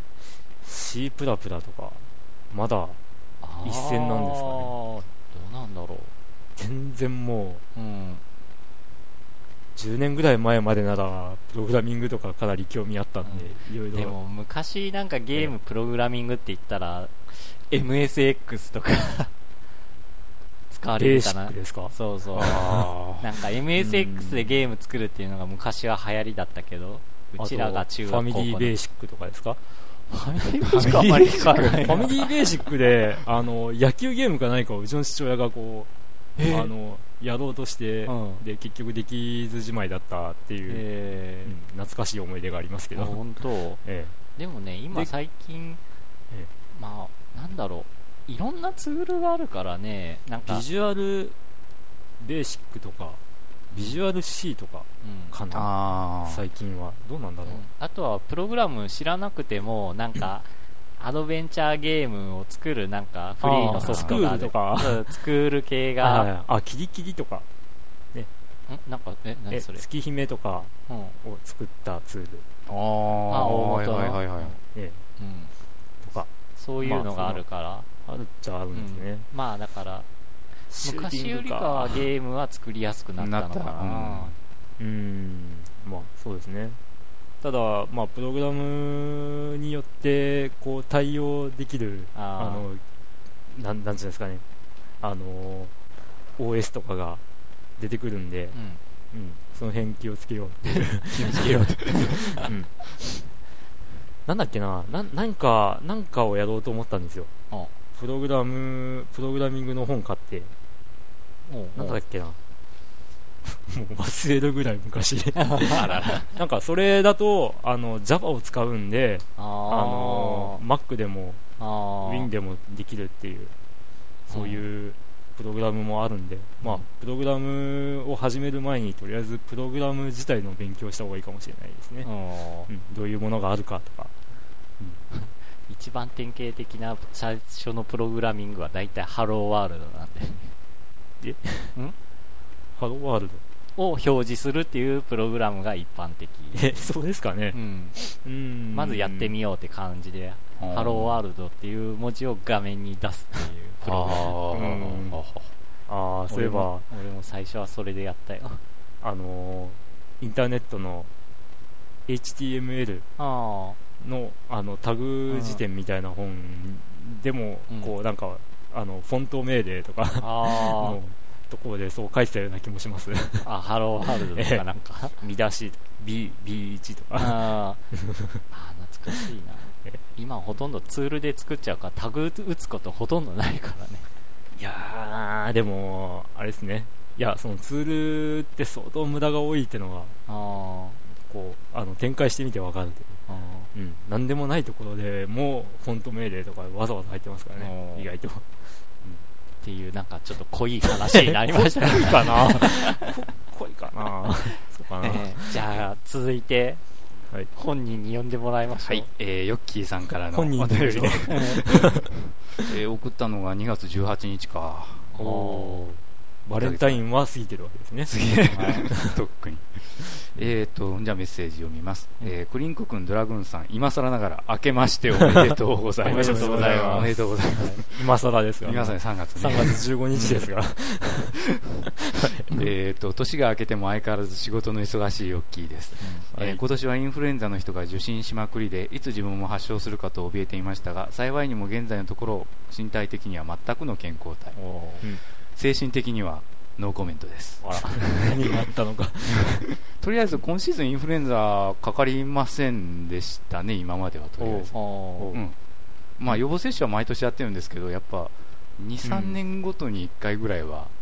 C プラプラとかまだ一線なんですかね。 どうなんだろう。 全然もう、うん、 じゅうねんぐらい前までならプログラミングとかかなり興味あったんで、 うん、 いろいろ。 でも昔なんかゲームプログラミングって言ったら エムエスエックス とか使われてたな。 ベーシックですか。 そうそうなんか エムエスエックス でゲーム作るっていうのが昔は流行りだったけど、うちらが中学校ファミリーベーシックとかですか。 ファミリーベーシックあんまり使わない。 ファミリーベーシックであの野球ゲームか何かをうちの父親がこう、あのやろうとして、うん、で結局できずじまいだったっていう、えーうん、懐かしい思い出がありますけど。 本当、ええ、でもね今最近、ええ、まあなんだろう、いろんなツールがあるからね、なんかビジュアルベーシックとかビジュアル C とかかな、うん、あ最近はどうなんだろう、うん、 あとはプログラム知らなくてもなんかアドベンチャーゲームを作るなんかフリーのソフトがあるとか作る系がはい、はい、あキリキリとかね、 んなんかえ何それ月姫とかを作ったツール、 うん、ああ大元のはいはいはい、ねうん、とかそういうのがあるから、まあ、あるっちゃあるんですね、 うん、まあだから昔よりかはゲームは作りやすくなったのかな。 うん、うーんまあそうですね。ただまあプログラムによってこう対応できるあのなんなんていうんですかね、あの オーエス とかが出てくるんで、うんうん、その辺気をつけよう気をつけようって、うん、なんだっけな、ななんかなんかをやろうと思ったんですよ。あプログラムプログラミングの本買って。なんだっけなもう忘れるぐらい昔なんかそれだとあの Java を使うんであの Mac でも Win でもできるっていうそういうプログラムもあるんで、まあ、プログラムを始める前にとりあえずプログラム自体の勉強した方がいいかもしれないですね、うん、どういうものがあるかとか、 うん一番典型的な最初のプログラミングはだいたいハローワールドなんでえんハローワールドを表示するっていうプログラムが一般的。 えそうですかね、 うん、うんまずやってみようって感じでハローワールドっていう文字を画面に出すっていうプログラム。 ああそういえば俺も最初はそれでやったよ。 あのー、インターネットの エイチティーエムエル の, あのタグ辞典みたいな本でも、うん、こうなんかあのフォント命令とかのところでそう書いてたような気もしますあハローワールドとかなんか見出し ビーワン とかああ懐かしいな今ほとんどツールで作っちゃうからタグ打つことほとんどないからね。 いやーでもあれですね、いやそのツールって相当無駄が多いっていうのがあこうあの展開してみて分かるけど、うん、何でもないところでもうフォント命令とかわざわざ入ってますからね意外と、うん、 っていうなんかちょっと濃い話になりましたね濃いかな濃いかなそうかな、 えー、じゃあ続いて、はい、本人に呼んでもらいましょう。 はい、えー、ヨッキーさんからの本人にお便りで、えー、送ったのがにがつじゅうはちにちか。 おバレンタインは過ぎてるわけですね。 過ぎてるとっくにえーとじゃあメッセージ読みます、うんえー、クリンク君ドラグーンさん今更ながら明けましておめでとうございますおめでとうございますおめでとうございます、はい、 今更ですが今更さんがつ、ね、 さんがつじゅうごにちですがえーと年が明けても相変わらず仕事の忙しいヨッキーです、うんえーはい、今年はインフルエンザの人が受診しまくりでいつ自分も発症するかと怯えていましたが幸いにも現在のところ身体的には全くの健康体、うん、精神的にはノーコメントです。 あら何があったのかとりあえず今シーズンインフルエンザかかりませんでしたね今まではとりあえず、うん、まあ予防接種は毎年やってるんですけどやっぱ に,さん 年ごとにいっかいぐらいは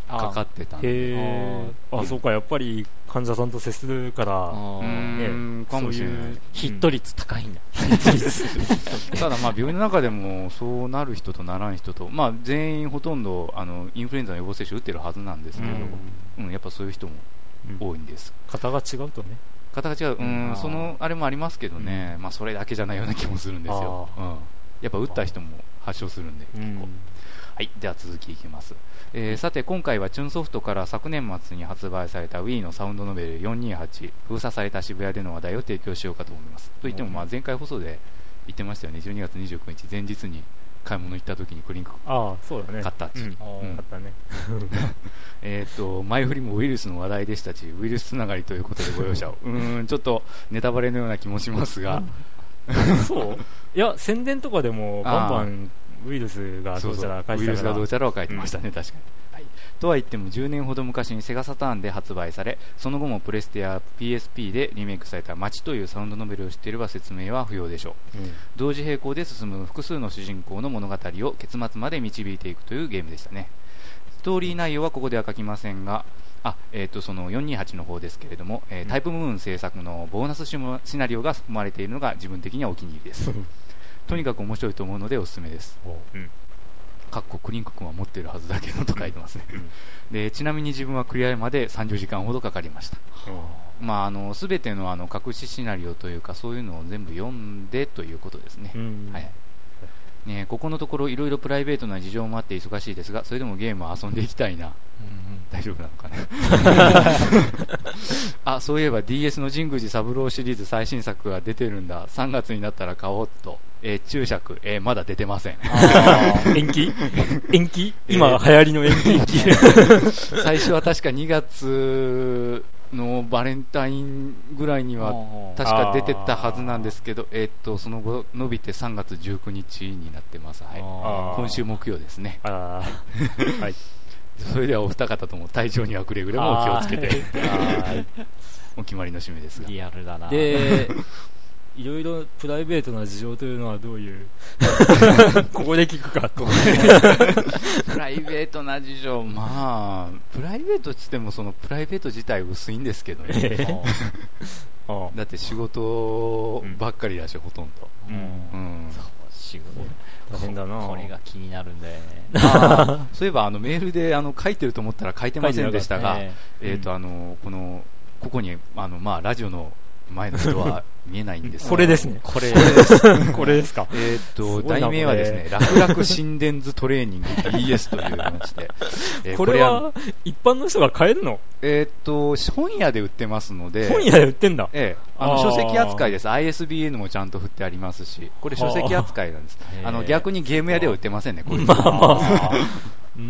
かかってたんで。 へー。あ、そうか、やっぱり患者さんと接するから、 ね、かもしれない。 ヒット率高いんだ。 ただまあ病院の中でもそうなる人とならん人と、まあ全員ほとんどあのインフルエンザの予防接種打ってるはずなんですけど、うん、やっぱそういう人も多いんです。 型が違うとね。 型が違う、うん、そのあれもありますけどね、まあそれだけじゃないような気もするんですよ。うん、やっぱ打った人も発症するんで結構。はい、では続きいきます、えー、さて今回はチュンソフトから昨年末に発売された Wii のサウンドノベルよんにーはち封鎖された渋谷での話題を提供しようかと思います。といってもまあ前回放送で言ってましたよね。じゅうにがつにじゅうくにち前日に買い物行った時にクリンクあそうだね買ったっち、うんうん、 買ったねえっと前振りもウイルスの話題でしたしウイルスつながりということでご容赦をうーんちょっとネタバレのような気もしますがそういや宣伝とかでもバンバンウイルスがどうちゃら書いてたから、ウイルスがどうちゃらは書いてましたね、うん、確かに、はい、とは言ってもじゅうねんほど昔にセガサターンで発売されその後もプレステや ピーエスピー でリメイクされた街というサウンドノベルを知っていれば説明は不要でしょう、うん、同時並行で進む複数の主人公の物語を結末まで導いていくというゲームでしたね。ストーリー内容はここでは書きませんがあ、えー、とそのよんにーはちの方ですけれども、えー、タイプムーン制作のボーナスシナリオが含まれているのが自分的にはお気に入りですとにかく面白いと思うのでおすすめです。うんかっこクリンク君は持っているはずだけどと書いてますね、うん、でちなみに自分はクリアまでさんじゅうじかんほどかかりました、うんまあ、あの全てのあの隠しシナリオというかそういうのを全部読んでということですね、うんはいね、ここのところいろいろプライベートな事情もあって忙しいですがそれでもゲームを遊んでいきたいな、うんうん、大丈夫なのかねあそういえば ディーエス の神宮寺三郎シリーズ最新作が出てるんださんがつになったら買おうと、えー、注釈、えー、まだ出てません延期延期今流行りの延期延期最初は確かにがつのバレンタインぐらいには確か出てたはずなんですけど、えー、っとその後伸びてさんがつじゅうくにちになってます、はい、今週木曜ですねあ、はい、それではお二方とも体調にはくれぐれもお気をつけてお決まりの締めですがリアルだなでいろいろプライベートな事情というのはどういうここで聞くかとプライベートな事情まあプライベートっつってもそのプライベート自体薄いんですけどね、えー、だって仕事ばっかりだし、うん、ほとんど、うんうん、 そう仕事大変だなこれが気になるんであそういえばあのメールであの書いてると思ったら書いてませんでしたが、えーえーとあのこのここにあの、まあ、ラジオの前の人は見えないんですがこれですねこれですこれですかえっと題名はですね楽々心電図トレーニング ディーエス という話で、 えー、これは一般の人が買えるのえっと本屋で売ってますので本屋で売ってんだええあの書籍扱いです アイエスビーエヌ もちゃんと振ってありますしこれ書籍扱いなんですあの逆にゲーム屋では売ってませんねこれまあまあうん、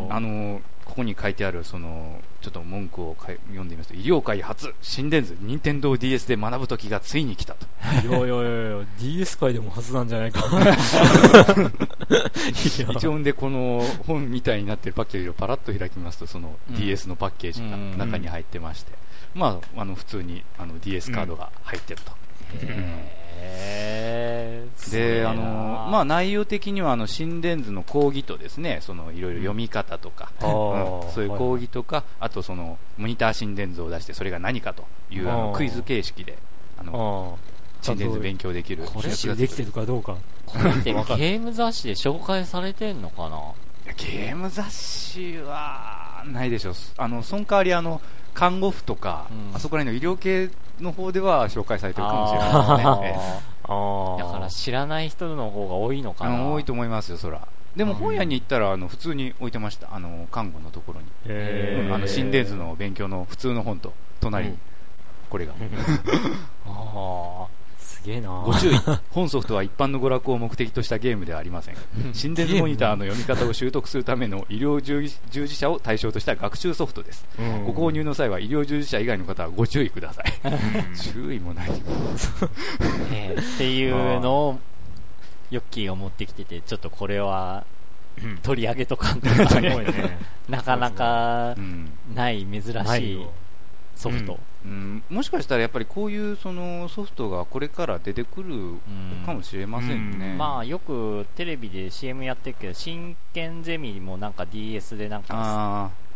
あのここに書いてあるそのちょっと文句を読んでみますと医療界初心電図任天堂 ディーエス で学ぶ時がついに来たといやいやいや ディーエス 界でも初なんじゃないか一応でこの本みたいになってるパッケージをパラッと開きますとその ディーエス のパッケージが中に入ってまして、うん、まあ、あの普通にあの ディーエス カードが入ってると、うんへであのまあ、内容的にはあの心電図の講義とですねそのいろいろ読み方とか、うんうん、そういう講義とか、はい、あとそのモニター心電図を出してそれが何かというあのクイズ形式であの心電図勉強できるこれできてるかどうかこれってゲーム雑誌で紹介されてんのかなゲーム雑誌はないでしょうあのその代わりあの看護婦とか、うん、あそこら辺の医療系の方では紹介されてるかもしれないですねあだから知らない人の方が多いのかな多いと思いますよそらでも本屋に行ったらあの普通に置いてましたあの看護のところにへあの心電図の勉強の普通の本と隣に、うん、これがあすげえなご注意本ソフトは一般の娯楽を目的としたゲームではありません心電図モニターの読み方を習得するための医療従事者を対象とした学習ソフトです、うん、ご購入の際は医療従事者以外の方はご注意ください注意も何も、 えー、っていうのをヨッキーが持ってきててちょっとこれは取り上げとかんとか、ね、なかなかない珍しいソフト、 うんうん、もしかしたらやっぱりこういうそのソフトがこれから出てくるかもしれませんね、 うんうん、まあよくテレビで シーエム やってるけど真剣ゼミもなんか ディーエス でなんか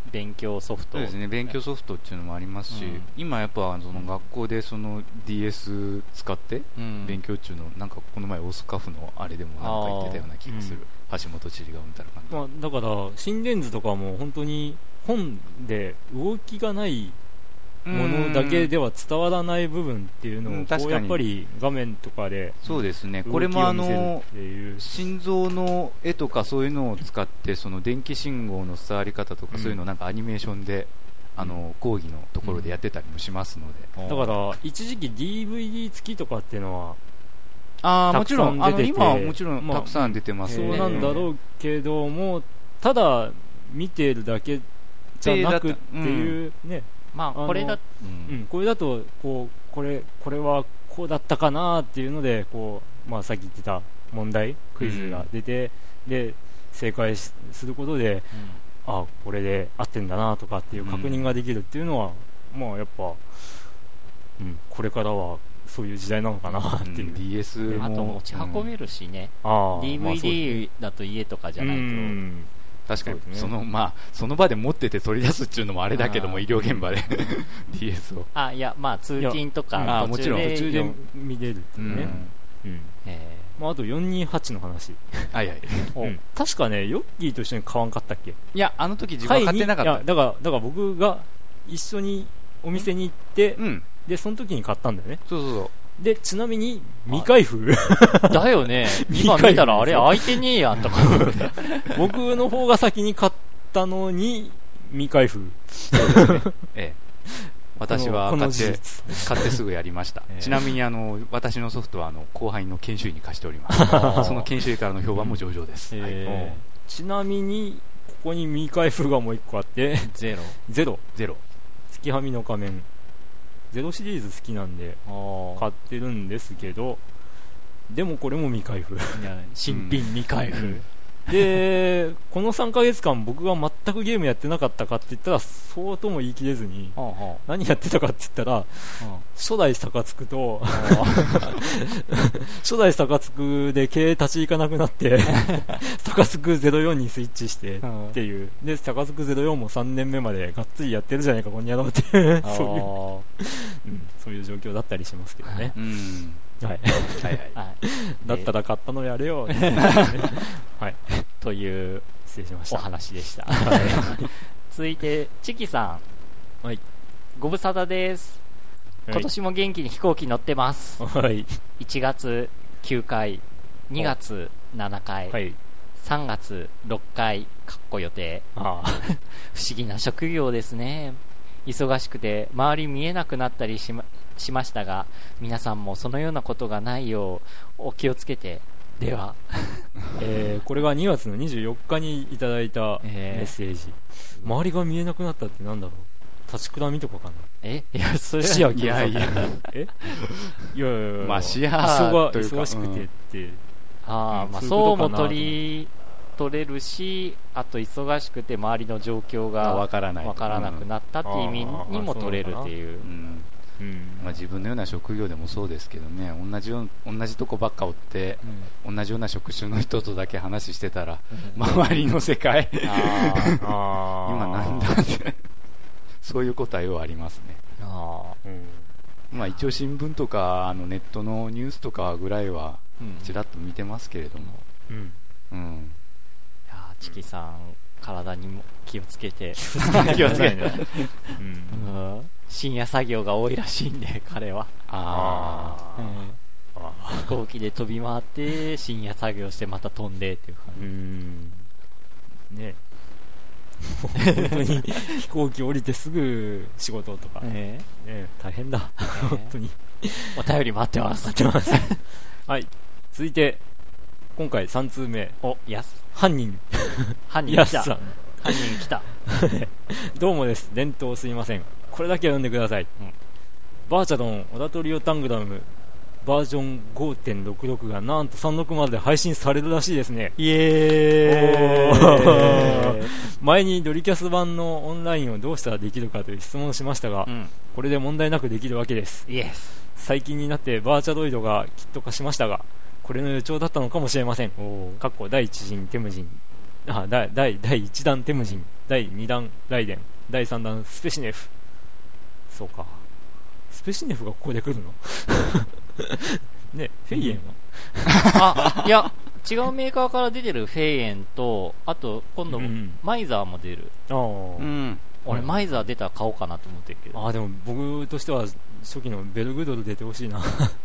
勉強ソフト。 そうですね、勉強ソフトっていうのもありますし、うん、今やっぱその学校でその ディーエス 使って勉強中の、なんかこの前大阪府のあれでもなんか言ってたような気がする、うん、橋本千里がみたいな感じ、 まあ、だから心電図とかも本当に本で動きがないものだけでは伝わらない部分っていうのを、うん、こうやっぱり画面とかでそうですね、これもあの心臓の絵とかそういうのを使ってその電気信号の伝わり方とかそういうのをなんかアニメーションで、うん、あの講義のところでやってたりもしますので、 だから一時期 ディーブイディー 付きとかっていうのはあもちろんあの今はもちろんたくさん出てますね、 まあ、そうなんだろうけども、ただ見てるだけじゃなくっていうね、 まあ、これだ、 うん、これだとこうこれこれはこうだったかなっていうのでこう、まあ、さっき言ってた問題クイズが出て、うん、で正解することで、うん、あこれで合ってんだなとかっていう確認ができるっていうのは、うん、まあやっぱ、うん、これからはそういう時代なのかなっていう、うん、 ディーエス もあと持ち運べるしね、うん、ディーブイディー だと家とかじゃないと、うん確かに そ,、ね、そのまあ、その場で持ってて取り出すっていうのもあれだけども医療現場で ディーエス をあいやまあ通勤とか途中で途中で見れるっていうね、うんうんえーまあ、あとよんにーはちの話はいはい、 うん、確かねヨッキーと一緒に買わんかったっけ。 いやあの時自分は買ってなかった。いやだからだから僕が一緒にお店に行って、うん、でその時に買ったんだよね。 そうそうそうでちなみに未開封だよね今見たらあれ開いてねえやんとか僕の方が先に買ったのに未開封そうですね、ええ、私は買って買ってすぐやりました、ええ、ちなみにあの私のソフトはあの後輩の研修医に貸しておりますその研修医からの評判も上々です、うんえーはい、ちなみにここに未開封がもう一個あってゼロゼロゼロ月はみの仮面ゼロシリーズ好きなんで買ってるんですけど、でもこれも未開封新品未開封、うんでこのさんかげつかん僕が全くゲームやってなかったかって言ったらそうとも言い切れずに、はあはあ、何やってたかって言ったら、はあ、初代サカツクと、はあ、初代サカツクで経営立ち行かなくなってサカツクゼロよんにスイッチしてっていう、でサカツクゼロよんもさんねんめまでがっつりやってるじゃないかこんにゃろうってそういう、うん、そういう状況だったりしますけどね、うんはい、はいはいだったら買ったのやれよ、はい、 という失礼しましたお話でした、はい、続いてチキさん、はい、ご無沙汰です、はい、今年も元気に飛行機乗ってます、はい、いちがつきゅうかいにがつななかい、はい、さんがつろっかいかっこ予定あ不思議な職業ですね。忙しくて周り見えなくなったりしま、しましたが皆さんもそのようなことがないようお気をつけてでは、 えー、これがにがつのにじゅうよっかにいただいたメッセージ、えー、周りが見えなくなったってなんだろう立ちくらみとかかなえいやそれ視野いやいやえいやいやいやまあ視野というか忙しくてって、うん、 ああ、うん、まあそうも取り取れるしあと忙しくて周りの状況がわからないわからなくなったっていう意味にも取れるっていう、うんうんまあ、自分のような職業でもそうですけどね同じよ同じとこばっかおって、うん、同じような職種の人とだけ話してたら、うん、周りの世界あ今なんだってそういう答えはありますねあ、うんまあ、一応新聞とかあのネットのニュースとかぐらいはちらっと見てますけれども、うんうんチキさん体にも気をつけて気をつけて、ねうん、深夜作業が多いらしいんで彼はあ、うん、あ飛行機で飛び回って深夜作業してまた飛んでっていう感じうんね本当に飛行機降りてすぐ仕事とか、ねね、大変だ、ね、本当にお便り待ってます待ってますはい続いて今回さんつうめおやす犯人犯人来た犯人来たどうもです伝統すいませんこれだけは読んでください、うん、バーチャドンオダトリオタングラムバージョン ごてんろくろく がなんとさんろくまるで配信されるらしいですねイエーイ前にドリキャス版のオンラインをどうしたらできるかという質問をしましたが、うん、これで問題なくできるわけです。 イエス最近になってバーチャロイドがキット化しましたがこれの予兆だったのかもしれません。かっこ第一陣テムジンあ第第第いち弾テムジン、だいに弾ライデン、だいさん弾スペシネフ。そうか、スペシネフがここで来るのね、フェイエンは、あ、いや違うメーカーから出てるフェイエンと、あと今度、うん、マイザーも出る。ああ、うん、俺マイザー出たら買おうかなと思ってるけど。 ああ、でも僕としては初期のベルグドル出てほしいな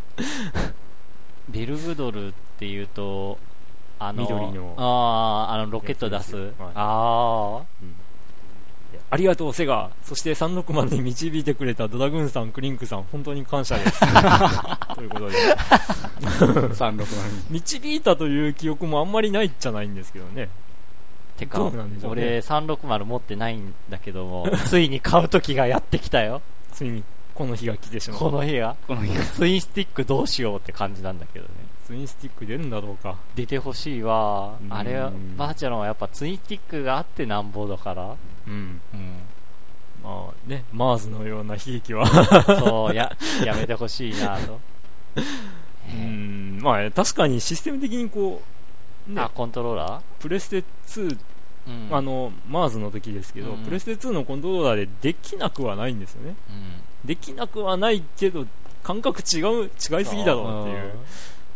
ベルグドルっていうと、あの緑の、 ああ、あのロケット出す、はい、ああ、うん、 ありがとうセガ、そしてさんろくまるに導いてくれたドラグーンさん、クリンクさん、本当に感謝ですということでさんろくまるに導いたという記憶もあんまりないじゃないんですけどね。 てか、ね、俺さんろくまる持ってないんだけどもついに買う時がやってきたよ。 ついにこの日が来てしまう。 この日がこの日がツインスティックどうしようって感じなんだけどね。 ツインスティック出るんだろうか。 出てほしいわ。あれはバーチャルはやっぱツインスティックがあってなんぼだから。うん、うん、 まあね、マーズのような悲劇はそうややめてほしいなとうーん、まあ確かにシステム的にこう、 ね、あ、コントローラープレステツー、うん、あのマーズの時ですけど、うん、プレステツーのコントローラーでできなくはないんですよね、うん、できなくはないけど感覚違う違いすぎだろうっていう、うん、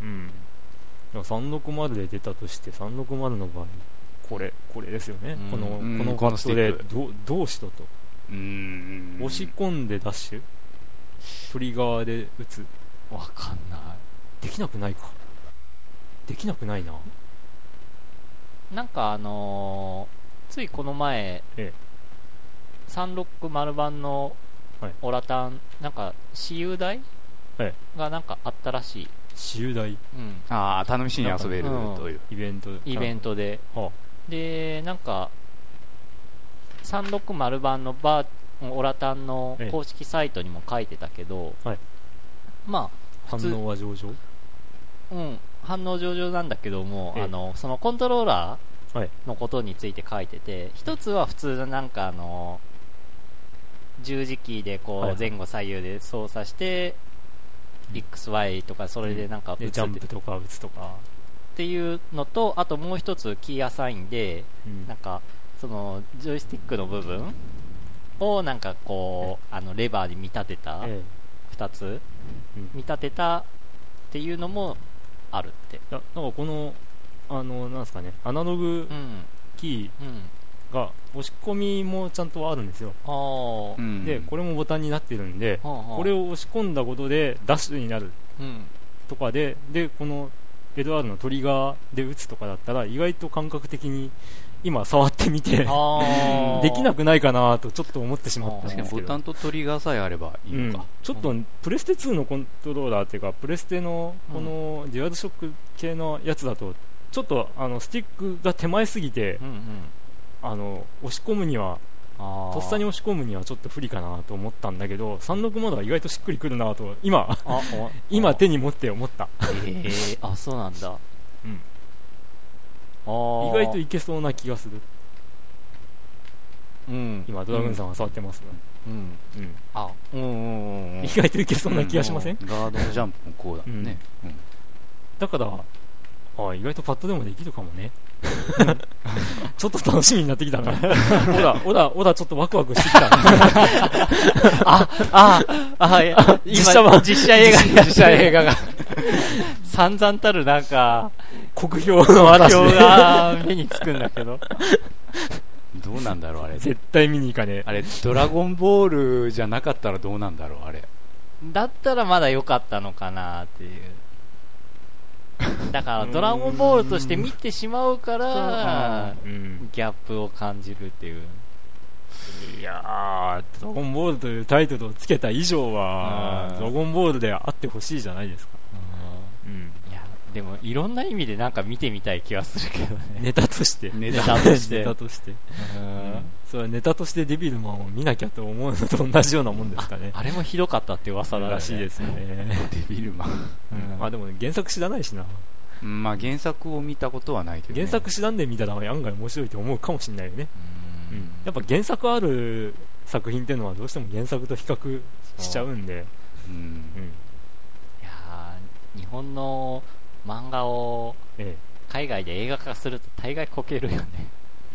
さんろくまるで出たとしてさんろくまるの場合これこれですよね、うん、この、うん、このカットでどどうしろと、うーん、押し込んでダッシュ、トリガーで打つ、 わかんない。 できなくないか、できなくないな。 なんかあのー、ついこの前、ええ、さんろくまる版のオラタン、はい、なんか私有台、はい、がなんかあったらしい。 私有台、うん、 ああ、楽しみに遊べるという、 イベントイベントで、はあ、でなんかさんろくまる版のバーオラタンの公式サイトにも書いてたけど、ええ、はい、まあ反応は上々、 うん、反応上々なんだけども、ええ、あのそのコントローラーのことについて書いてて、一つは普通のなんかあの十字キーでこう前後左右で操作して、はい、エックスワイ とかそれでなんか打つ、ジャンプとか打つとかっていうのと、あともう一つキーアサインで、うん、なんかそのジョイスティックの部分をなんかこうあのレバーに見立てたふたつ見立てたっていうのもあるって。 いやなんかこのあのなんですかね、アナログキーが押し込みもちゃんとあるんですよ、うん、でこれもボタンになってるんで、うん、これを押し込んだことでダッシュになるとかで、でこの エルアール のトリガーで打つとかだったら意外と感覚的に今触ってみてできなくないかなとちょっと思ってしまったんですけど、 ボタンとトリガーさえあればいいのか、うん、 ちょっとプレステツーのコントローラーっていうかプレステのこのデュアルショック系のやつだとちょっとあのスティックが手前すぎて、うんうん、あの押し込むにはとっさに押し込むにはちょっと不利かなと思ったんだけど、さんろくまるは意外としっくりくるなと今今手に持って思った。 えー、あ、そうなんだ、うん、 あ意外といけそうな気がする、うん、今ドラグーンさんは触ってますね、うんうん、あ、うんうんうん、意外といけそうな気がしません、うん、 ガードのジャンプもこうだもんね、うんうん、 だからあ意外とパッドでもできるかもねちょっと楽しみになってきたなオラオラオラちょっとワクワクしてきたあああ今実写版実写映画実写映画が散々たるなんか国評の嵐が目につくんだけどどうなんだろうあれ、 絶対見に行かねえ。 あれドラゴンボールじゃなかったらどうなんだろうあれ。 だったらまだ良かったのかなっていう。だからドラゴンボールとして見てしまうからギャップを感じるっていう。 いやードラゴンボールというタイトルをつけた以上はドラゴンボールであってほしいじゃないですか。 うん、いやでもいろんな意味でなんか見てみたい気はするけどね。 ネタとしてネタとしてネタとして、うん、それはネタとしてデビルマンを見なきゃと思うのと同じようなもんですかね。 あ, あれもひどかったって噂だ、ね、 らしいですよねデビルマン、 うん、まあでも、ね、原作知らないしな。 まあ原作を見たことはないけど、ね、 原作知らんで見たら案外面白いと思うかもしれないよね。うん、やっぱ原作ある作品っていうのはどうしても原作と比較しちゃうんで、うんうん、いや日本の漫画を海外で映画化すると大概こけるよね。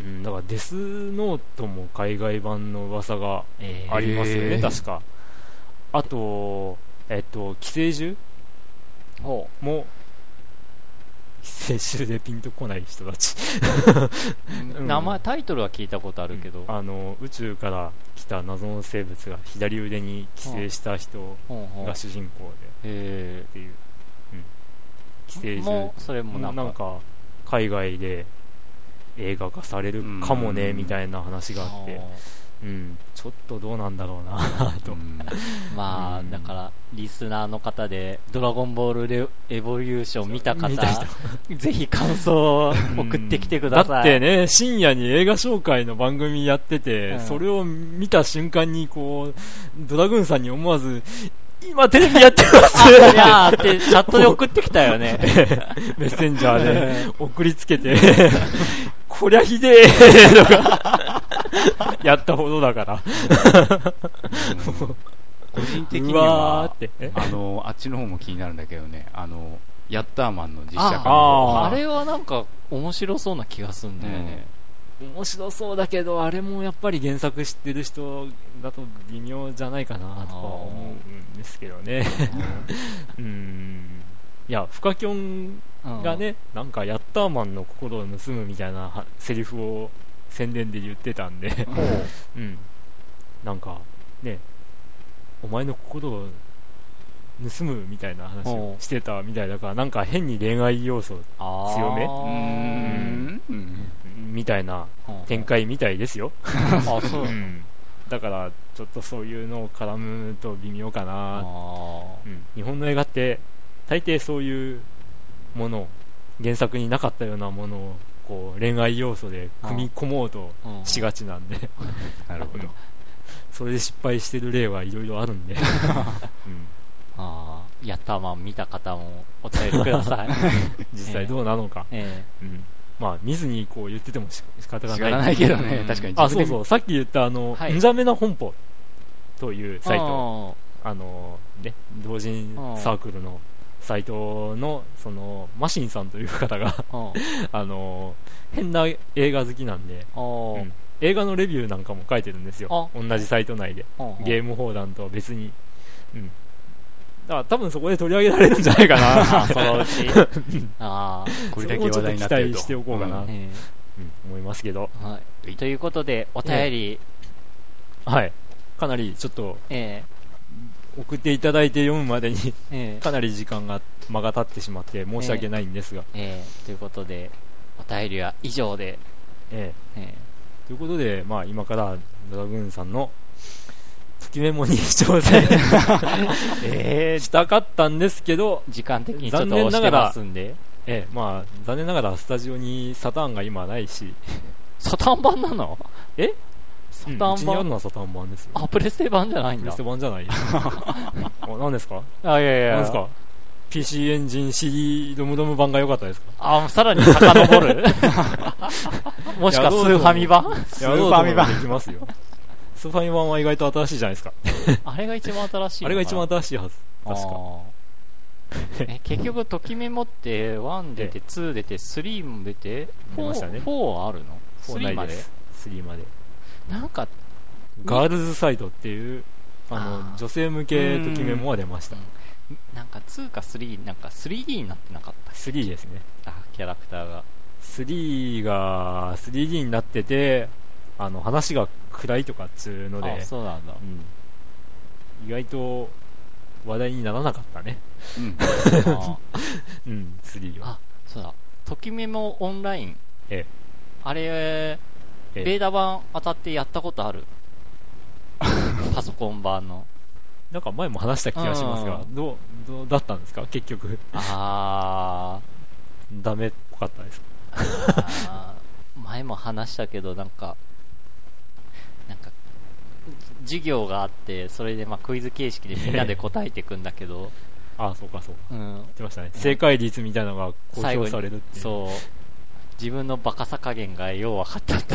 うん、だからデスノートも海外版の噂がありますよね、えー、確か。あと、えっと、寄生獣も、寄生獣でピンとこない人たち、 うん、名前、タイトルは聞いたことあるけど、 うん、あの宇宙から来た謎の生物が左腕に寄生した人が主人公でっていう、うん、寄生獣それもなんか、 なんか海外で映画化されるかもねみたいな話があって、うん、ちょっとどうなんだろうなと、うん、 まあ、うん、だからリスナーの方でドラゴンボールエボリューション見た方ぜひ感想を送ってきてください、うん、 だってね深夜に映画紹介の番組やってて、うん、それを見た瞬間にこうドラグーンさんに思わず今テレビやってますいやーってチャットで送ってきたよねメッセンジャーで送りつけてこりゃひでえとかやったほどだから個人的にはあのあっちの方も気になるんだけどね、あのヤッターマンの実写化の方あ, あれはなんか面白そうな気がするんだよね、 うん、面白そうだけどあれもやっぱり原作知ってる人だと微妙じゃないかなとか思うんですけどねうん、いやフカキョンがね、なんかヤッターマンの心を盗むみたいなセリフを宣伝で言ってたんでうん、なんかねお前の心を盗むみたいな話をしてたみたいだから、なんか変に恋愛要素強め、うんうん、みたいな展開みたいですよあそう、うん、だからちょっとそういうのを絡むと微妙かな、うん、日本の映画って大抵そういうもの原作になかったようなものをこう恋愛要素で組み込もうとしがちなんでなるほどそれで失敗してる例はいろいろあるんで、うん、 あヤッターマン見た方もお便りください実際どうなのか、えーうん、まあ見ずにこう言ってても仕方がない、 ないけどね、うん、確かにあそうそうさっき言ったあの、はい、んじゃめな本舗というサイトあのね同人サークルのサイトのそのマシンさんという方があの変な映画好きなんで、うん、映画のレビューなんかも書いてるんですよ同じサイト内でゲーム放談とは別に、うん、だから多分そこで取り上げられるんじゃないかなそのうちあこれだけ話題になってると期待しておこうかな、うんうん、思いますけど、 はい、ということでお便り、 えー、はいかなりちょっと、えー送っていただいて読むまでに、えー、かなり時間が間が経ってしまって申し訳ないんですが、 えーえー、ということでお便りは以上で、 えーえー、ということで、まあ、今からドラグーンさんのときメモに挑戦、えー、したかったんですけど時間的にちょっと押してますんで、 えーまあ、残念ながらスタジオにサターンが今ないしサターン版なのえサターン版、うん、うちにあるのはサターン版ですよ。 あ、プレステ版じゃないんだ。 プレステ版じゃないあ、何ですかあ、いやいや。 何ですか ピーシー エンジン シーディー ドムドム版が良かったですかあ、さらに遡るもしかスーファミ版スーファミ版できますよ。スーファミ版は意外と新しいじゃないですかあれが一番新しいのかな。 あれが一番新しいはず。確かえ結局ときメモってワン出てツー出てスリーも出て出ましたね。 フォーあるのスリーまでスリーまでなんかガールズサイトっていうあの女性向けときメモは出ました。 なんかツーかスリーなんか スリーディー になってなかったっけ。 スリーですね。 あキャラクターがスリーが スリーディー になっててあの話が暗いとかっつうのであそうなんだ、 うん、意外と話題にならなかったねうんあ、うん、スリーはあそうだときメモオンライン、 ええ、 あれ、ええ、ベータ版当たってやったことあるパソコン版のなんか前も話した気がしますが、どう、どうだったんですか結局あーダメっぽかったですかあ前も話したけどなんかなんか授業があってそれでまあクイズ形式でみんなで答えていくんだけどああそうかそうか、 うん、 言ってましたね、正解率みたいなのが公表されるっていうそう自分のバカさ加減がよう分かったって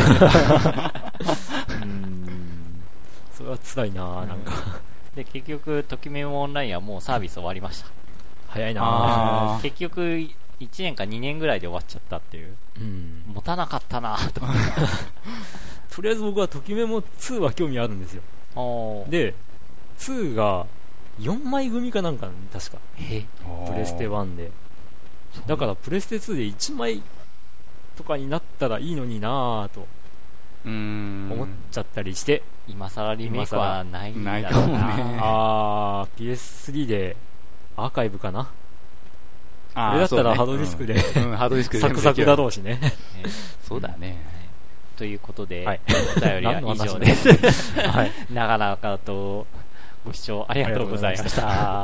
うんそれは辛いな、うん、なんかで結局ときメモオンラインはもうサービス終わりました早いな結局いちねんかにねんぐらいで終わっちゃったっていう、うん、持たなかったなととりあえず僕はときメモツーは興味あるんですよ。でツーがよんまい組かなんか、確かえプレステワンで、だからプレステツーでいちまいとかになったらいいのになぁと思っちゃったりして、 今更リメイクはないんだろうな。 ないかもね。 あー ピーエススリー でアーカイブかな。あれだったらハードディスクで、うんうん、ハードディスクでサクサクだろうしね。 そうだね。 ということで、 はい、 お便りは以上です。はい、長々とご視聴ありがとうございました。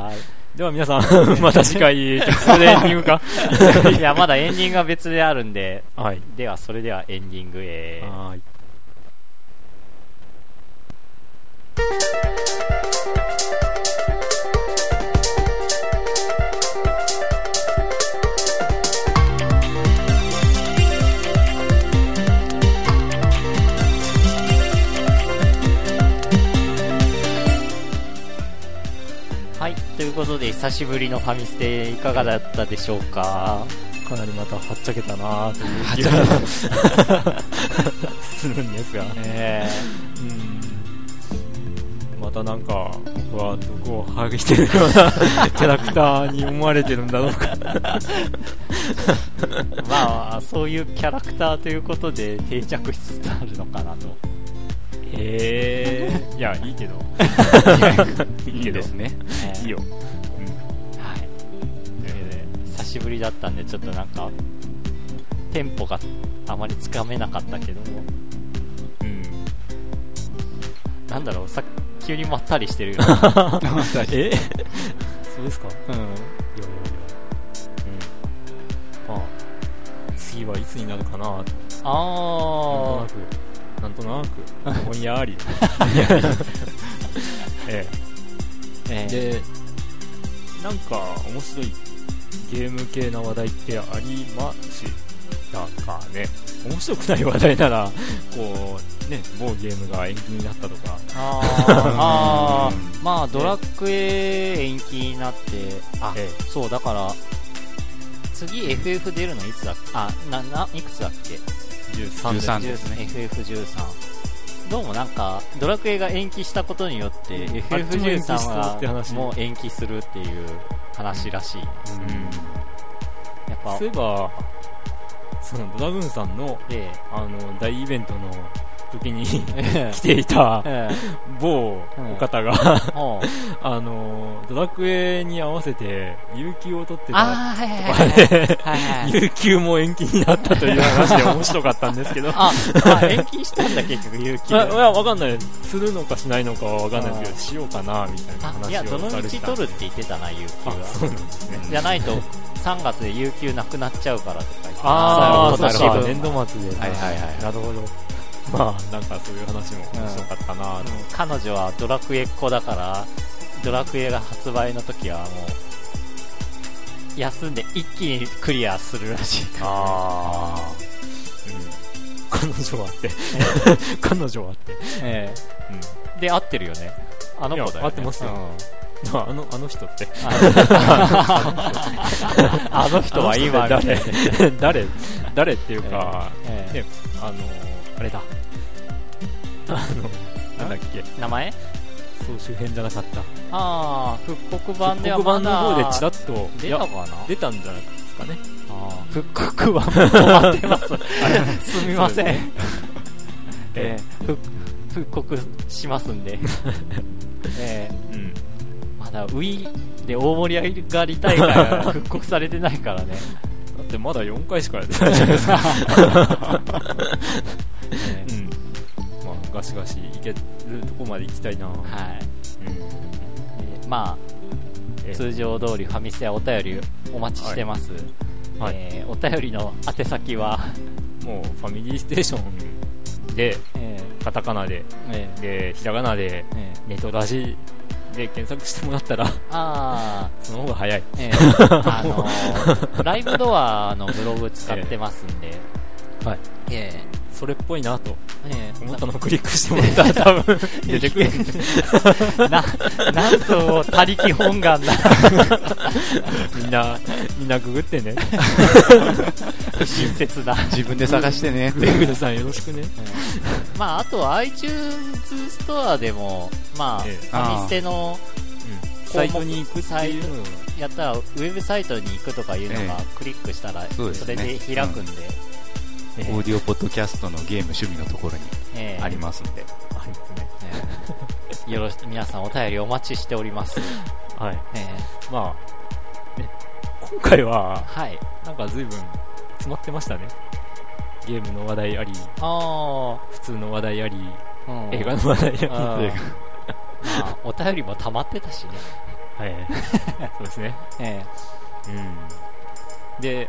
では皆さんまた次回ここでエンディングかいやまだエンディングが別であるんで、 はい、 ではそれではエンディングへ。はいはい、ということで久しぶりのファミステいかがだったでしょうか。 かなりまたはっちゃけたなという気がするんですが、 ね、 うんまたなんか僕は毒を吐いてるようなキャラクターに思われてるんだろうかまあそういうキャラクターということで定着しつつあるのかなと。 へえー、いやいいけどいいですね、 えー、いいよ、うん、 はい、えー、久しぶりだったんでちょっとなんかテンポがあまりつかめなかったけども、うん、なんだろうさ急にまったりしてるよえそうですか。うんいやいやいや、うん、まあ次はいつになるかな。ああなんとなくなんとなくぼんやりええ、でなんか面白いゲーム系な話題ってありましたかね。面白くない話題ならこうね某ゲームが延期になったとか。 ああまあドラクエ延期になって、あ、ええ、そうだから次 エフエフ 出るのいつだっけ。あなないくつだっけ。 じゅうさんですね。 エフエフじゅうさん どうもなんかドラクエが延期したことによって エフエフじゅうさん はもう延期するっていう話らしい、うんうん、 やっぱそういえばそのドラグーンさんの、ええ、あの大イベントの時に来ていた某お方があのドラクエに合わせて有給を取ってたとかで有給も延期になったという話で面白かったんですけどああ延期したんだ結局有給。いやわかんない、するのかしないのかはわかんないですけどしようかなみたいな話をされてた。いやどのうち取るって言ってたな有給は。 そうなんですね。 じゃないとさんがつで有給なくなっちゃうからとか言って。 ああそうか年度末で。 はいはいはい。 なるほど。まあなんかそういう話も面白かったな、うん、 彼女はドラクエっ子だからドラクエが発売の時はもう休んで一気にクリアするらしいから、ね、 ああ、うん、彼女はって彼女はって、 ええうん、で合ってるよねあの子だよね。 合ってますよ、うん、あのあの人ってあの人は今誰誰誰っていうか、ええね、あのあれだあのなんだっけ名前総集編じゃなかった。ああ復刻版ではまだ復刻版の方でチラッと出たかな。 出たんじゃないですかね。 あ復刻版も止まってますすみません、ねえー、復, 復刻しますんでえー、うん、まだ Wii で大盛り上がり大会が復刻されてないからねだってまだよんかいしかやってないじゃないですかねうん、まあガシガシいけるとこまで行きたいな。はい、うんえー、まあ、えー、通常通りファミステはお便りお待ちしてます、はいえー、お便りの宛先はもうファミリーステーションで、えー、カタカナで、えー、でひらがなで、えー、ネトラジで検索してもらったらあその方が早い、えーあのー、 ライブドアのブログ使ってますんで、えーはい。 ええーそれっぽいなと思ったのをクリックしてもらったら多分出てくるな、なんと他力本願だみんなみんなググってね不親切だ自分で探してねグーグルさんよろしくね、 うん、まああとは iTunes ストアでもまあ、ええ、ファミステの、 うん、サイトに行くっていうのをやったらウェブサイトに行くとかいうのが、ええ、クリックしたらそれで開くんで、 えー、オーディオポッドキャストのゲーム趣味のところにありますんで、 えー、ありますね、えー、よろし皆さんお便りお待ちしておりますはい、えー、まあ、ね、今回は、 はい、 なんか随分詰まってましたね。ゲームの話題あり、 あ普通の話題あり、 うん、 映画の話題あり、 あまあ、お便りも溜まってたしねはいそうですね、 えーうん、で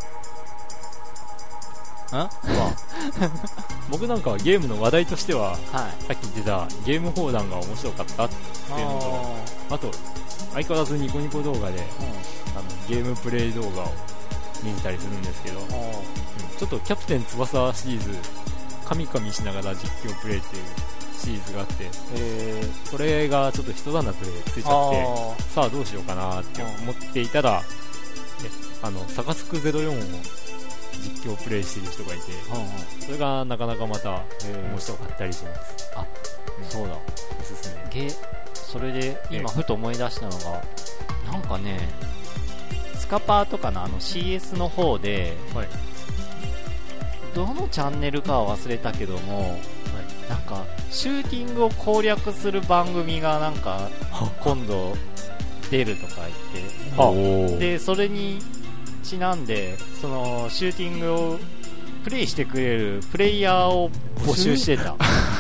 んまあ、 僕なんかはゲームの話題としては、 はい、 さっき言ってたゲーム砲弾が面白かったっていうのと、あと相変わらずニコニコ動画で、うん、あのゲームプレイ動画を見てたりするんですけど、うん、ちょっとキャプテン翼シリーズカミカミしながら実況プレイっていうシリーズがあって、えー、それがちょっと一段落でついちゃってさあどうしようかなって思っていたら、ね、あのサカスクゼロよんを実況プレイしている人がいて、うんうん、それがなかなかまた面白かったりします。 あ、うん、そうだ、 おすすめ。 ゲそれで今ふと思い出したのが、なんかねスカパーとかのあの シーエス の方で、はい、どのチャンネルかは忘れたけども、はい、なんかシューティングを攻略する番組がなんか今度出るとか言って、でそれにちなんでそのシューティングをプレイしてくれるプレイヤーを募集してた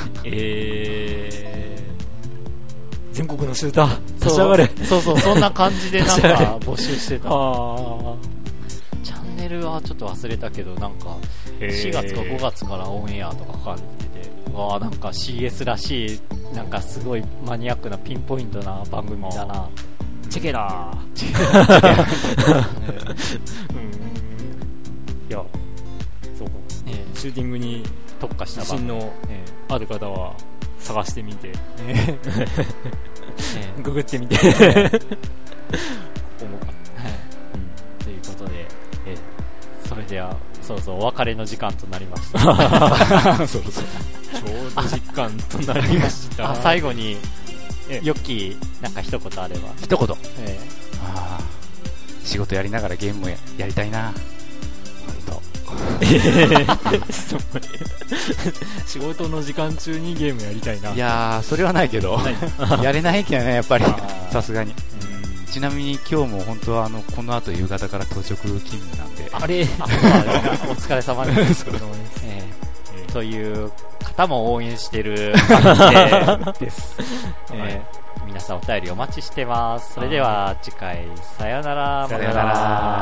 えー、全国のシューター立ち上がれ。 そうそう、そんな感じでなんか募集してたチャンネルはちょっと忘れたけど、なんかしがつかごがつからオンエアとか書かれてて、わあなんか シーエス らしい、なんかすごいマニアックなピンポイントな番組だな。 チェケラーチェケラーいやそう、えー、シューティングに特化した自信のある方は探してみて、 えー、ググってみて思うか、はい、うん、ということで、えー、それではそろそろお別れの時間となりましたそうそうちょうど時間となりましたあ最後にヨッキーなんか一言あれば。 一言、 えー、あ仕事やりながらゲームも や, やりたいな本当仕事の時間中にゲームやりたいな。 いやーそれはないけどやれないけどねやっぱりさすがに。ちなみに今日も本当はあのこの後夕方から当直勤務なんであれあお疲れ様です、えー、という方も応援してる感じです、えー、皆さんお便りお待ちしてます。それでは次回さよなら。 さよなら。